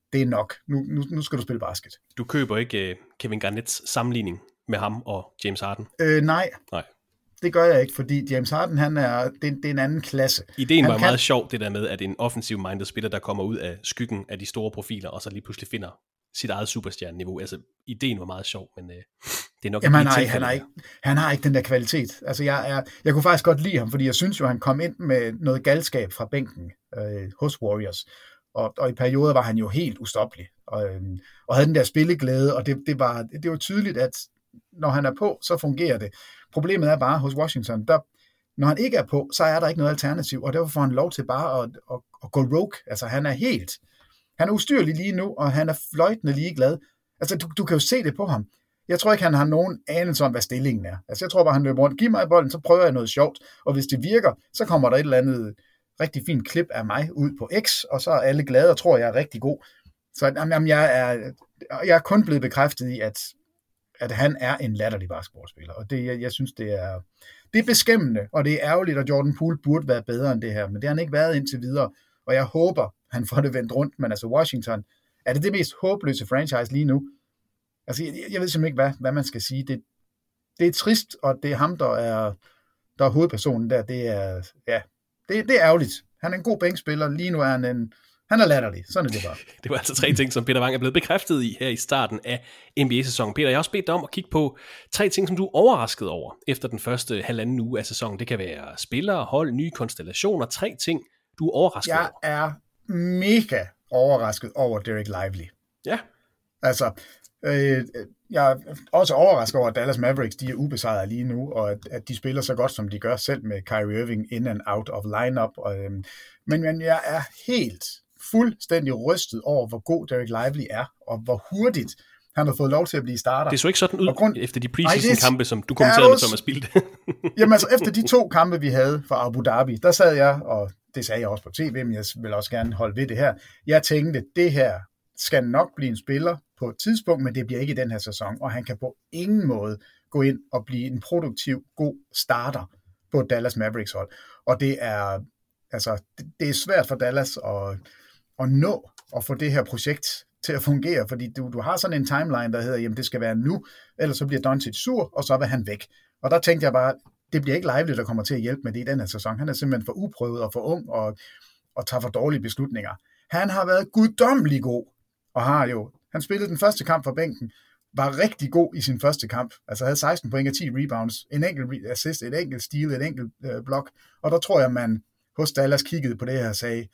Speaker 10: det er nok. Nu, nu, nu skal du spille basket.
Speaker 9: Du køber ikke uh, Kevin Garnetts sammenligning med ham og James Harden?
Speaker 10: Øh, nej.
Speaker 9: Nej.
Speaker 10: Det gør jeg ikke, fordi James Harden, han er, det, det er en anden klasse.
Speaker 9: Ideen
Speaker 10: han
Speaker 9: var
Speaker 10: kan...
Speaker 9: meget sjov, det der med, at en offensiv-minded spiller, der kommer ud af skyggen af de store profiler, og så lige pludselig finder sit eget superstjerne-niveau. Altså, ideen var meget sjov, men øh, det er nok
Speaker 10: Jamen,
Speaker 9: ikke
Speaker 10: nej, han, har ikke, han har ikke den der kvalitet. Altså, jeg, er, jeg kunne faktisk godt lide ham, fordi jeg synes jo, han kom ind med noget galskab fra bænken øh, hos Warriors. Og, og i perioder var han jo helt ustoppelig, og, øh, og havde den der spilleglæde, og det, det, var, det var tydeligt, at når han er på, så fungerer det. Problemet er bare hos Washington, der, når han ikke er på, så er der ikke noget alternativ, og derfor får han lov til bare at, at, at gå rogue. Altså, han er helt... Han er ustyrlig lige nu, og han er fløjtende ligeglad. Altså, du, du kan jo se det på ham. Jeg tror ikke, han har nogen anelse om, hvad stillingen er. Altså, jeg tror bare, han løber rundt. Giv mig bolden, så prøver jeg noget sjovt. Og hvis det virker, så kommer der et eller andet rigtig fint klip af mig ud på X, og så er alle glade og tror, jeg er rigtig god. Så jamen, jeg, er, jeg er kun blevet bekræftet i, at, at han er en latterlig basketballspiller. Og det, jeg, jeg synes, det er, det er beskæmmende, og det er ærgerligt, at Jordan Poole burde være bedre end det her. Men det har han ikke været indtil videre. Og jeg håber, han får det vendt rundt, men altså Washington, er det det mest håbløse franchise lige nu? Altså, jeg, jeg ved simpelthen ikke, hvad, hvad man skal sige. Det, det er trist, og det er ham, der er, der er hovedpersonen der. Det er, ja, det, det er ærgerligt. Han er en god bænkspiller. Lige nu er han en, han er latterlig. Sådan er det bare.
Speaker 9: Det var altså tre ting, som Peter Wang er blevet bekræftet i her i starten af N B A-sæsonen. Peter, jeg har også bedt dig om at kigge på tre ting, som du er overrasket over efter den første halvanden uge af sæsonen. Det kan være spillere, hold, nye konstellationer. Tre ting, du er overrasket
Speaker 10: jeg
Speaker 9: over.
Speaker 10: Jeg er mega overrasket over Derek Lively.
Speaker 9: Ja.
Speaker 10: Altså, øh, jeg er også overrasket over, at Dallas Mavericks, de er ubesejret lige nu, og at, at de spiller så godt, som de gør selv med Kyrie Irving in and out of lineup. Og, øh, men, men jeg er helt fuldstændig rystet over, hvor god Derek Lively er, og hvor hurtigt han har fået lov til at blive starter.
Speaker 9: Det så ikke sådan ud grund... efter de preseason-kampe, som du
Speaker 10: ja,
Speaker 9: kommenterede med Thomas Bilde.
Speaker 10: Jamen altså, efter de to kampe, vi havde fra Abu Dhabi, der sad jeg, og det sagde jeg også på tv, men jeg vil også gerne holde ved det her. Jeg tænkte, det her skal nok blive en spiller på et tidspunkt, men det bliver ikke i den her sæson, og han kan på ingen måde gå ind og blive en produktiv, god starter på Dallas Mavericks hold. Og det er, altså, det, det er svært for Dallas at, at nå at få det her projekt til at fungere, fordi du, du har sådan en timeline, der hedder, jamen det skal være nu, ellers så bliver Doncic sur, og så vil han væk. Og der tænkte jeg bare, det bliver ikke Lively, der kommer til at hjælpe med det i den her sæson. Han er simpelthen for uprøvet og for ung, og, og tager for dårlige beslutninger. Han har været guddommelig god, og har jo, han spillede den første kamp fra bænken, var rigtig god i sin første kamp, altså havde seksten point og ti rebounds, en enkelt assist, et enkelt steal, et enkelt øh, blok, og der tror jeg, man hos Dallas kiggede på det her og sagde,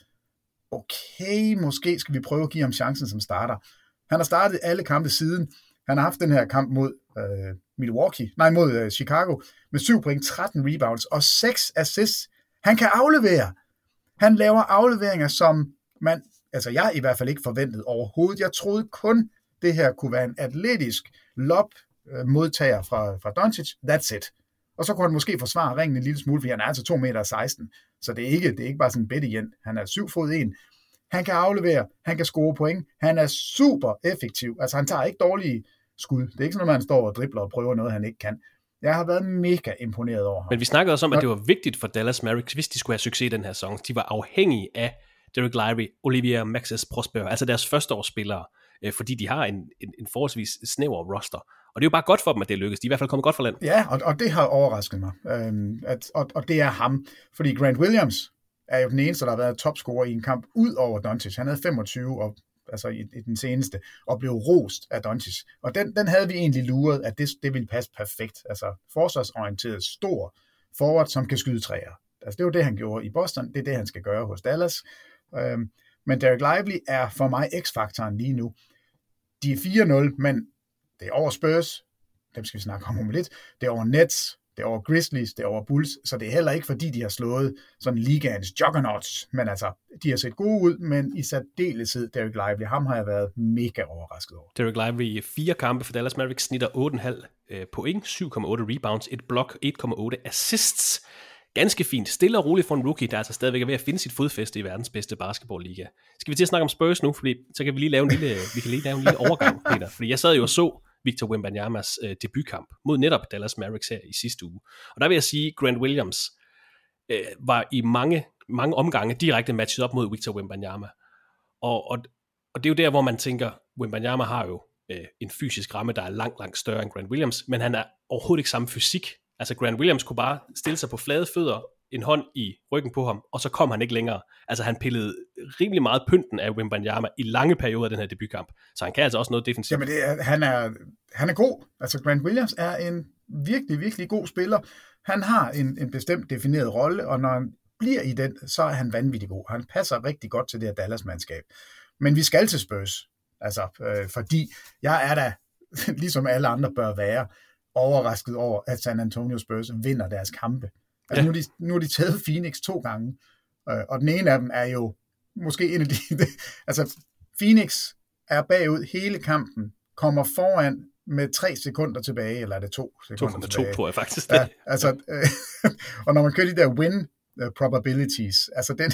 Speaker 10: okay, måske skal vi prøve at give ham chancen som starter. Han har startet alle kampe siden. Han har haft den her kamp mod øh, Milwaukee, nej mod øh, Chicago, med syv point, tretten rebounds og seks assists. Han kan aflevere. Han laver afleveringer, som man, altså jeg i hvert fald ikke forventede overhovedet. Jeg troede kun, det her kunne være en atletisk lob øh, modtager fra, fra Doncic. That's it. Og så kunne han måske forsvare ringen en lille smule, fordi han er altså to meter seksten. Så det er ikke, det er ikke bare sådan en bedte igen. Han er syv fod en. Han kan aflevere, han kan score point. Han er super effektiv. Altså han tager ikke dårlige skud. Det er ikke sådan, at man står og dribler og prøver noget, han ikke kan. Jeg har været mega imponeret over ham.
Speaker 9: Men vi snakkede også om, at det var vigtigt for Dallas Mavericks, hvis de skulle have succes i den her sæson. De var afhængige af Derek Lively, Olivier Maxence Prosper, altså deres førsteårsspillere, fordi de har en, en, en forholdsvis snæver roster. Og det er jo bare godt for dem, at det lykkes. De er i hvert fald kommet godt fra land.
Speaker 10: Ja, og, og det har overrasket mig. Øhm, at, og, og det er ham. Fordi Grant Williams er jo den eneste, der har været topscorer i en kamp ud over Doncic. Han havde femogtyve og, altså i, i den seneste, og blev rost af Doncic. Og den, den havde vi egentlig luret, at det, det ville passe perfekt. Altså forsvarsorienteret, stor forward, som kan skyde træer. Altså det var det, han gjorde i Boston. Det er det, han skal gøre hos Dallas. Øhm, men Derek Lively er for mig X-faktoren lige nu. De er fire nul, men det er over Spurs, dem skal vi snakke om om lidt, det er over Nets, det er over Grizzlies, det er over Bulls, så det er heller ikke, fordi de har slået sådan ligaens juggernauts, men altså, de har set gode ud, men i særdeleshed Derek Lively, ham har jeg været mega overrasket over.
Speaker 9: Derek Lively i fire kampe for Dallas Mavericks snitter otte komma fem point, syv komma otte rebounds, et block, et komma otte assists. Ganske fint. Stille og roligt for en rookie, der altså stadigvæk er ved at finde sit fodfæste i verdens bedste basketballliga. Skal vi til at snakke om Spurs nu, fordi så kan vi lige lave en lille, vi kan lige lave en lille overgang, Peter. Fordi jeg sad jo og så Victor Wembanyama's øh, debutkamp mod netop Dallas Mavericks her i sidste uge. Og der vil jeg sige, Grant Williams øh, var i mange, mange omgange direkte matchet op mod Victor Wembanyama. Og, og og det er jo der, hvor man tænker, Wembanyama har jo øh, en fysisk ramme, der er langt, langt større end Grant Williams, men han er overhovedet ikke samme fysik. Altså Grant Williams kunne bare stille sig på flade fødder, en hånd i ryggen på ham, og så kom han ikke længere. Altså han pillede rimelig meget pynten af Wembanyama i lange perioder af den her debutkamp, så han kan altså også noget defensivt.
Speaker 10: Jamen det er, han, er, han er god. Altså Grant Williams er en virkelig, virkelig god spiller. Han har en, en bestemt defineret rolle, og når han bliver i den, så er han vanvittig god. Han passer rigtig godt til det her Dallas-mandskab. Men vi skal til Spurs, altså, øh, fordi jeg er da, ligesom alle andre bør være, overrasket over, at San Antonio Spurs vinder deres kampe. Altså, ja. nu, er de, nu er de taget Phoenix to gange, øh, og den ene af dem er jo måske en af de... altså, Phoenix er bagud hele kampen, kommer foran med tre sekunder tilbage, eller er det to sekunder
Speaker 9: to
Speaker 10: tilbage?
Speaker 9: to, tror jeg faktisk.
Speaker 10: Ja, altså, øh, og når man kører de der win probabilities, altså den,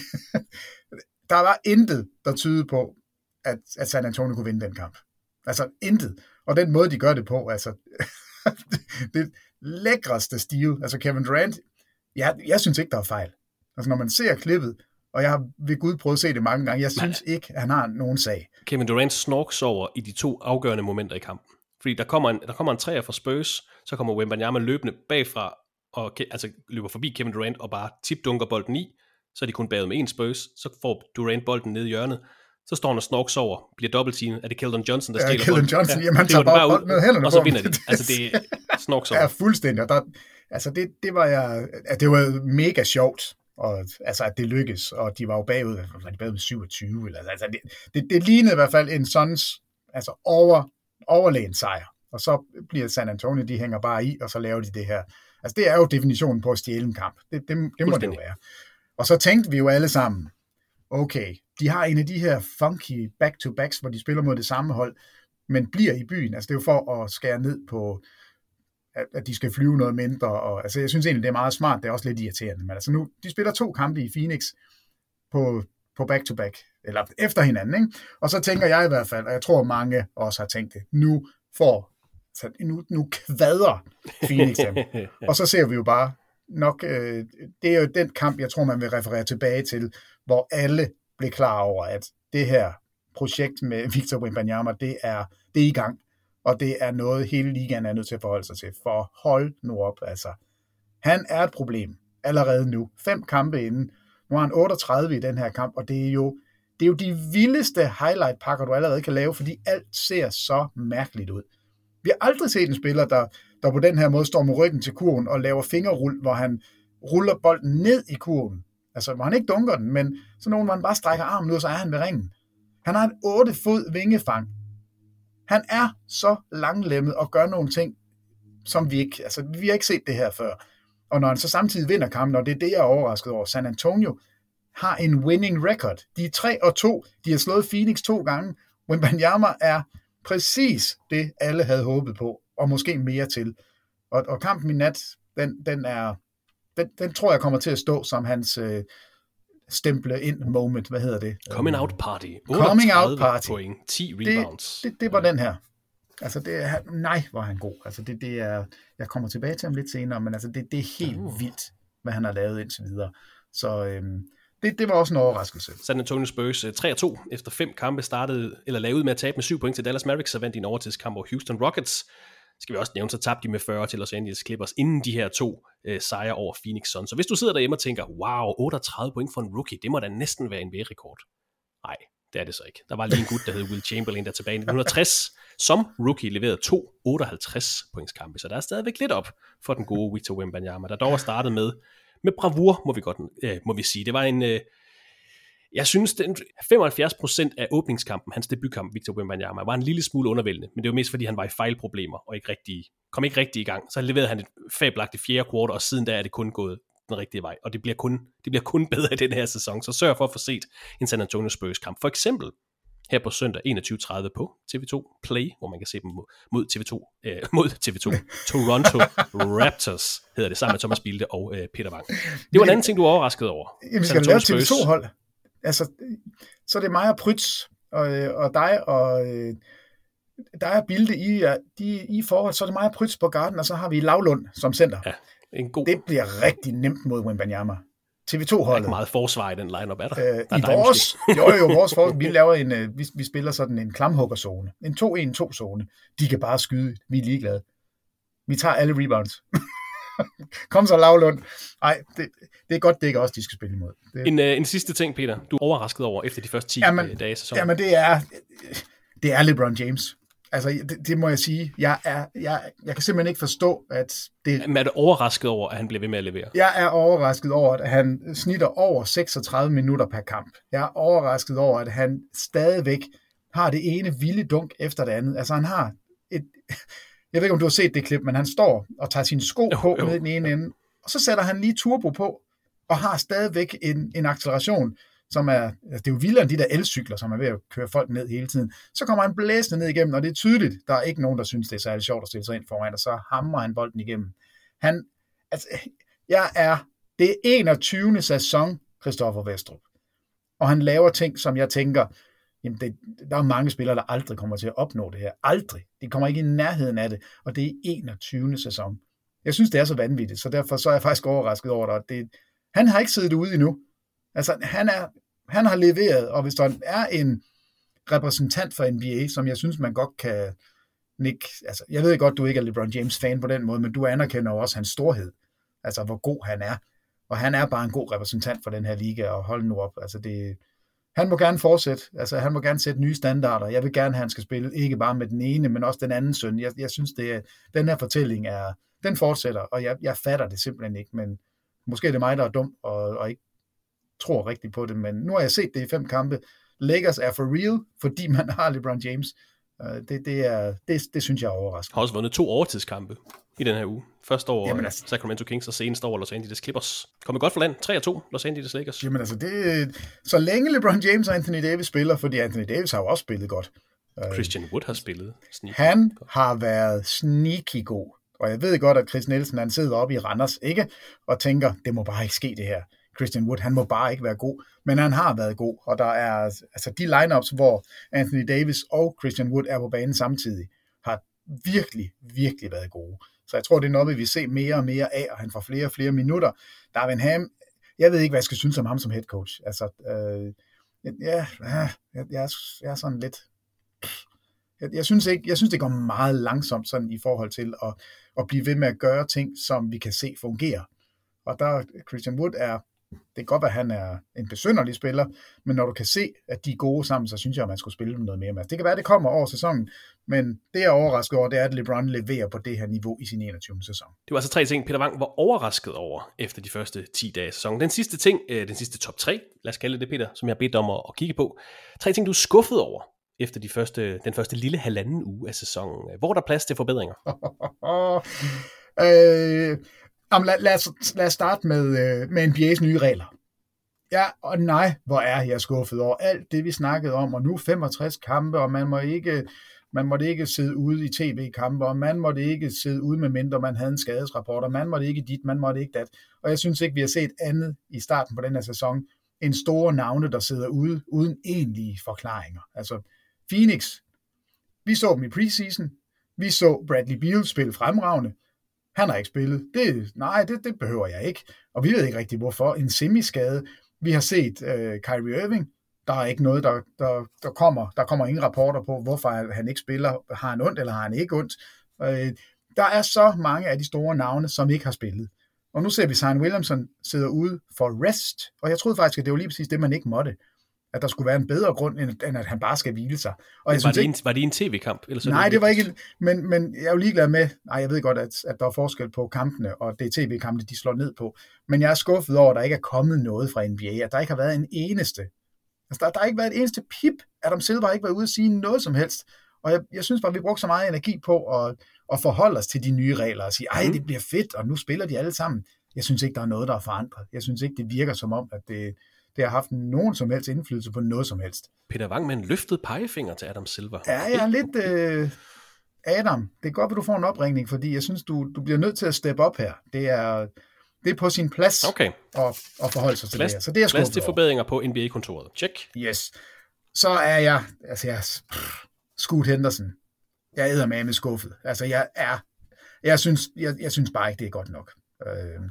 Speaker 10: der var intet, der tyder på, at, at San Antonio kunne vinde den kamp. Altså intet. Og den måde, de gør det på, altså det, det lækreste stil. Altså Kevin Durant, jeg, jeg synes ikke, der er fejl. Altså når man ser klippet, og jeg har ved Gud prøvet at se det mange gange, jeg synes Nej. ikke, at han har nogen sag.
Speaker 9: Kevin Durant snorks over i de to afgørende momenter i kampen. Fordi der kommer en, der kommer en træer fra Spurs, så kommer Wembanyama løbende bagfra, og altså løber forbi Kevin Durant og bare tipdunker bolden i, så er de kun bagud med en Spurs, så får Durant bolden ned i hjørnet, så står han og snorks over, bliver dobbeltteamet, er det Keldon Johnson, der
Speaker 10: ja,
Speaker 9: stjæler
Speaker 10: Keldon
Speaker 9: bolden?
Speaker 10: Johnson,
Speaker 9: ja,
Speaker 10: jamen han tager bare bolden med hænderne
Speaker 9: og så vinder de. Altså det er snorks over.
Speaker 10: Ja, fuldstændig. Der, altså det, det var jeg, det var mega sjovt, og altså at det lykkedes, og de var jo bagud, var de bagud med syvogtyve, eller, altså det, det, det lignede i hvert fald en sådan, altså over, overlegen sejr, og så bliver San Antonio, de hænger bare i, og så laver de det her. Altså det er jo definitionen på at stjæle en kamp. Det, det, det må det jo være. Og så tænkte vi jo alle sammen, okay, de har en af de her funky back-to-backs, hvor de spiller mod det samme hold, men bliver i byen. Altså det er jo for at skære ned på, at, at de skal flyve noget mindre. Og, altså jeg synes egentlig, det er meget smart. Det er også lidt irriterende. Men altså nu, de spiller to kampe i Phoenix på, på back-to-back, eller efter hinanden, ikke? Og så tænker jeg i hvert fald, og jeg tror mange også har tænkt det, nu får Så nu, nu kvader Phoenix dem. Og så ser vi jo bare nok, øh, det er jo den kamp, jeg tror, man vil referere tilbage til, hvor alle blev klar over, at det her projekt med Victor Wembanyama, det er, det er i gang, og det er noget, hele ligaen er nødt til at forholde sig til, for hold nu op, altså. Han er et problem allerede nu. Fem kampe inden. Nu har han otteogtredive i den her kamp, og det er jo, det er jo de vildeste highlight-pakker, du allerede kan lave, fordi alt ser så mærkeligt ud. Vi har aldrig set en spiller, der, der på den her måde står med ryggen til kurven og laver fingerrull, hvor han ruller bolden ned i kurven. Altså, hvor han ikke dunker den, men så nogen, hvor han bare strækker armen ud, og så er han ved ringen. Han har en otte fod vingefang. Han er så langlemmet og gør nogle ting, som vi ikke, altså vi har ikke set det her før. Og når han så samtidig vinder kampen, og det er det, jeg er overrasket over, San Antonio har en winning record. De er tre og to, de har slået Phoenix to gange. Wembanyama er præcis det, alle havde håbet på, og måske mere til. Og, og kampen i nat, den, den, er, den, den tror jeg kommer til at stå som hans øh, stemple ind moment. Hvad hedder det?
Speaker 9: Coming out party.
Speaker 10: Coming out party.
Speaker 9: Point, ti rebounds.
Speaker 10: Det, det, det var den her. Altså det er, nej, hvor er han god. Altså det, det er, jeg kommer tilbage til ham lidt senere, men altså det, det er helt uh. vildt, hvad han har lavet indtil videre. Så øhm, det, det var også en overraskelse.
Speaker 9: San Antonio Spurs tre og to efter fem kampe startede, eller lavede ud med at tabe med syv point til Dallas Mavericks, så vandt de en overtidskamp over Houston Rockets. Skal vi også nævne, så tabte de med fyrre til Los Angeles Clippers, inden de her to øh, sejre over Phoenix Suns. Så hvis du sidder derhjemme og tænker, wow, otteogtredive point for en rookie, det må da næsten være en N B A-rekord. Nej, det er det så ikke. Der var lige en gut, der hed Will Chamberlain, der tilbage i nitten tres, som rookie leverede to otteoghalvtreds points kampe, så der er stadigvæk lidt op for den gode Victor Wembanyama, der dog var startet med, med bravur, må vi godt øh, må vi sige. Det var en, øh, jeg synes, den femoghalvfjerds procent af åbningskampen, hans debutkamp, Victor Wembanyama, var en lille smule undervældende, men det var mest fordi, han var i fejlproblemer, og ikke rigtig, kom ikke rigtig i gang. Så leverede han et fabelagtigt fjerde kvart, og siden da er det kun gået den rigtige vej, og det bliver kun, det bliver kun bedre i den her sæson, så sørg for at få set en San Antonio Spurs kamp. For eksempel her på søndag enogtyve tredive på T V to Play, hvor man kan se dem mod T V to, øh, mod T V to, Toronto Raptors hedder det, sammen med Thomas Bilde og øh, Peter Wang. Det var en anden ting, du var overrasket over.
Speaker 10: Jamen, vi skal lave T V to-hold. Altså, så er det mig og Prytz, og, og dig og dig og Bilde i, de, i forhold, så er det mig og Prytz på Garden, og så har vi Lavlund som center.
Speaker 9: Ja, en god...
Speaker 10: Det bliver rigtig nemt mod Wembanyama. T V to-holdet. Der er
Speaker 9: ikke meget forsvar i den line-up, er der?
Speaker 10: Øh,
Speaker 9: der
Speaker 10: I
Speaker 9: er
Speaker 10: vores, jo, jo, vores for, vi laver en, øh, vi, vi spiller sådan en klamhuggerzone, en to en to zone. De kan bare skyde, vi er ligeglade. Vi tager alle rebounds. Kom så, Lavlund. Nej, det, det er godt, det ikke også, de skal spille imod. Det...
Speaker 9: En, øh, en sidste ting, Peter. Du er overrasket over efter de første ti
Speaker 10: jamen,
Speaker 9: dage af sæsonen.
Speaker 10: Jamen, det er, det er LeBron James. Altså, det, det må jeg sige. Jeg, er, jeg, jeg kan simpelthen ikke forstå, at det...
Speaker 9: Men er du overrasket over, at han bliver ved med at levere?
Speaker 10: Jeg er overrasket over, at han snitter over seksogtredive minutter per kamp. Jeg er overrasket over, at han stadigvæk har det ene vilde dunk efter det andet. Altså, han har et... Jeg ved ikke, om du har set det klip, men han står og tager sine sko jo, på jo. Med den ene ende, og så sætter han lige turbo på, og har stadigvæk en, en acceleration, som er, altså det er jo vildere end de der elcykler, som er ved at køre folk ned hele tiden. Så kommer han blæsende ned igennem, og det er tydeligt, der er ikke nogen, der synes, det er særlig sjovt at stille sig ind foran, og så hamrer han bolden igennem. Han, altså, jeg er, det er enogtyvende sæson, Christoffer Vestrup, og han laver ting, som jeg tænker, jamen det, der er mange spillere, der aldrig kommer til at opnå det her. Aldrig. De kommer ikke i nærheden af det, og det er enogtyvende sæson. Jeg synes, det er så vanvittigt, så derfor så er jeg faktisk overrasket over det. det han har ikke siddet ude endnu. Altså, han, er, han har leveret, og hvis der er en repræsentant for N B A, som jeg synes, man godt kan nikke, altså, jeg ved godt, du ikke er LeBron James fan på den måde, men du anerkender jo også hans storhed, altså hvor god han er, og han er bare en god repræsentant for den her liga, og hold nu op, altså det, han må gerne fortsætte, altså han må gerne sætte nye standarder, jeg vil gerne, at han skal spille, ikke bare med den ene, men også den anden søn, jeg, jeg synes, det er, den her fortælling er, den fortsætter, og jeg, jeg fatter det simpelthen ikke, men måske er det mig, der er dum, og, og ikke tror rigtigt på det, men nu har jeg set det i fem kampe. Lakers er for real, fordi man har LeBron James. Det, det, er, det, det synes jeg er overraskende.
Speaker 9: Har også vundet to overtidskampe i den her uge. Første over
Speaker 10: jamen altså,
Speaker 9: Sacramento Kings, og seneste over Los Angeles Clippers. Kommer godt for land. tre og to Los Angeles Lakers.
Speaker 10: Jamen altså, det, så længe LeBron James og Anthony Davis spiller, fordi Anthony Davis har jo også spillet godt.
Speaker 9: Christian Wood har spillet
Speaker 10: sneaky. Han har været sneaky god. Og jeg ved godt, at Chris Nielsen, han sidder oppe i Randers, ikke? Og tænker, det må bare ikke ske det her. Christian Wood, han må bare ikke være god, men han har været god, og der er altså de lineups, hvor Anthony Davis og Christian Wood er på banen samtidig, har virkelig, virkelig været gode. Så jeg tror, det er noget, vi vil se mere og mere af, og han får flere og flere minutter. Darvin Ham, jeg ved ikke, hvad jeg skal synes om ham som head coach. Altså, øh, ja, jeg, jeg, jeg er sådan lidt... Jeg, jeg, synes ikke, jeg synes, det går meget langsomt sådan i forhold til at, at blive ved med at gøre ting, som vi kan se fungere. Og der Christian Wood er, det kan godt være, at han er en besynderlig spiller, men når du kan se, at de er gode sammen, så synes jeg, at man skulle spille dem noget mere med. Det kan være, at det kommer over sæsonen, men det jeg er overrasket over, det er, at LeBron leverer på det her niveau i sin enogtyvende sæson.
Speaker 9: Det var altså tre ting, Peter Wang var overrasket over efter de første ti dage af sæsonen. Den sidste ting, den sidste top tre, lad os kalde det, Peter, som jeg har bedt om at kigge på. Tre ting, du er skuffet over efter de første, den første lille halvanden uge af sæsonen. Hvor er der plads til forbedringer?
Speaker 10: øh... Jamen, lad, lad, os, lad os starte med, øh, med N B A's nye regler. Ja, og nej, hvor er jeg skuffet over alt det, vi snakkede om, og nu femogtres kampe, og man må ikke, man måtte ikke sidde ude i tv-kampe, og man måtte ikke sidde ude med mindre, man havde en skadesrapport, og man måtte ikke dit, man måtte ikke dat. Og jeg synes ikke, vi har set andet i starten på den her sæson, end store navne, der sidder ude, uden egentlige forklaringer. Altså, Phoenix, vi så dem i preseason, vi så Bradley Beal spille fremragende. Han har ikke spillet. Det, nej, det, det behøver jeg ikke. Og vi ved ikke rigtig, hvorfor. En semiskade. Vi har set øh, Kyrie Irving. Der er ikke noget, der, der, der kommer. Der kommer ingen rapporter på, hvorfor han ikke spiller. Har han ondt, eller har han ikke ondt? Øh, der er så mange af de store navne, som ikke har spillet. Og nu ser vi, Zion Williamson sidder ude for rest. Og jeg troede faktisk, at det var lige præcis det, man ikke måtte. At der skulle være en bedre grund, end at han bare skal hvile sig. Og jeg
Speaker 9: var, det
Speaker 10: ikke,
Speaker 9: en, var det en tv-kamp? Eller så
Speaker 10: nej,
Speaker 9: det,
Speaker 10: det var ikke, men, men jeg er jo ligeglad med, nej, jeg ved godt, at, at der er forskel på kampene, og det er tv-kampene, de slår ned på. Men jeg er skuffet over, at der ikke er kommet noget fra N B A, at der ikke har været en eneste, altså der, der har ikke været et eneste pip. Adam Silver har ikke været ude at sige noget som helst. Og jeg, jeg synes bare, vi brugte så meget energi på at, at forholde os til de nye regler, og sige, ej, det bliver fedt, og nu spiller de alle sammen. Jeg synes ikke, der er noget, der er forandret. Jeg synes ikke, det virker som om, at det det har haft nogen som helst indflydelse på noget som helst.
Speaker 9: Peter Wang med en løftet pegefinger til Adam Silver.
Speaker 10: Ja, jeg er lidt... Øh, Adam, det er godt, at du får en opringning, fordi jeg synes, du, du bliver nødt til at steppe op her. Det er, det er på sin plads
Speaker 9: okay.
Speaker 10: at, at forholde sig til
Speaker 9: plads,
Speaker 10: det her. Så det er
Speaker 9: plads til forbedringer på N B A-kontoret. Check.
Speaker 10: Yes. Så er jeg... Altså, jeg Scoot Henderson. Jeg æder med med skuffet. Altså, jeg er... Jeg synes, jeg, jeg synes bare ikke, det er godt nok. Øh,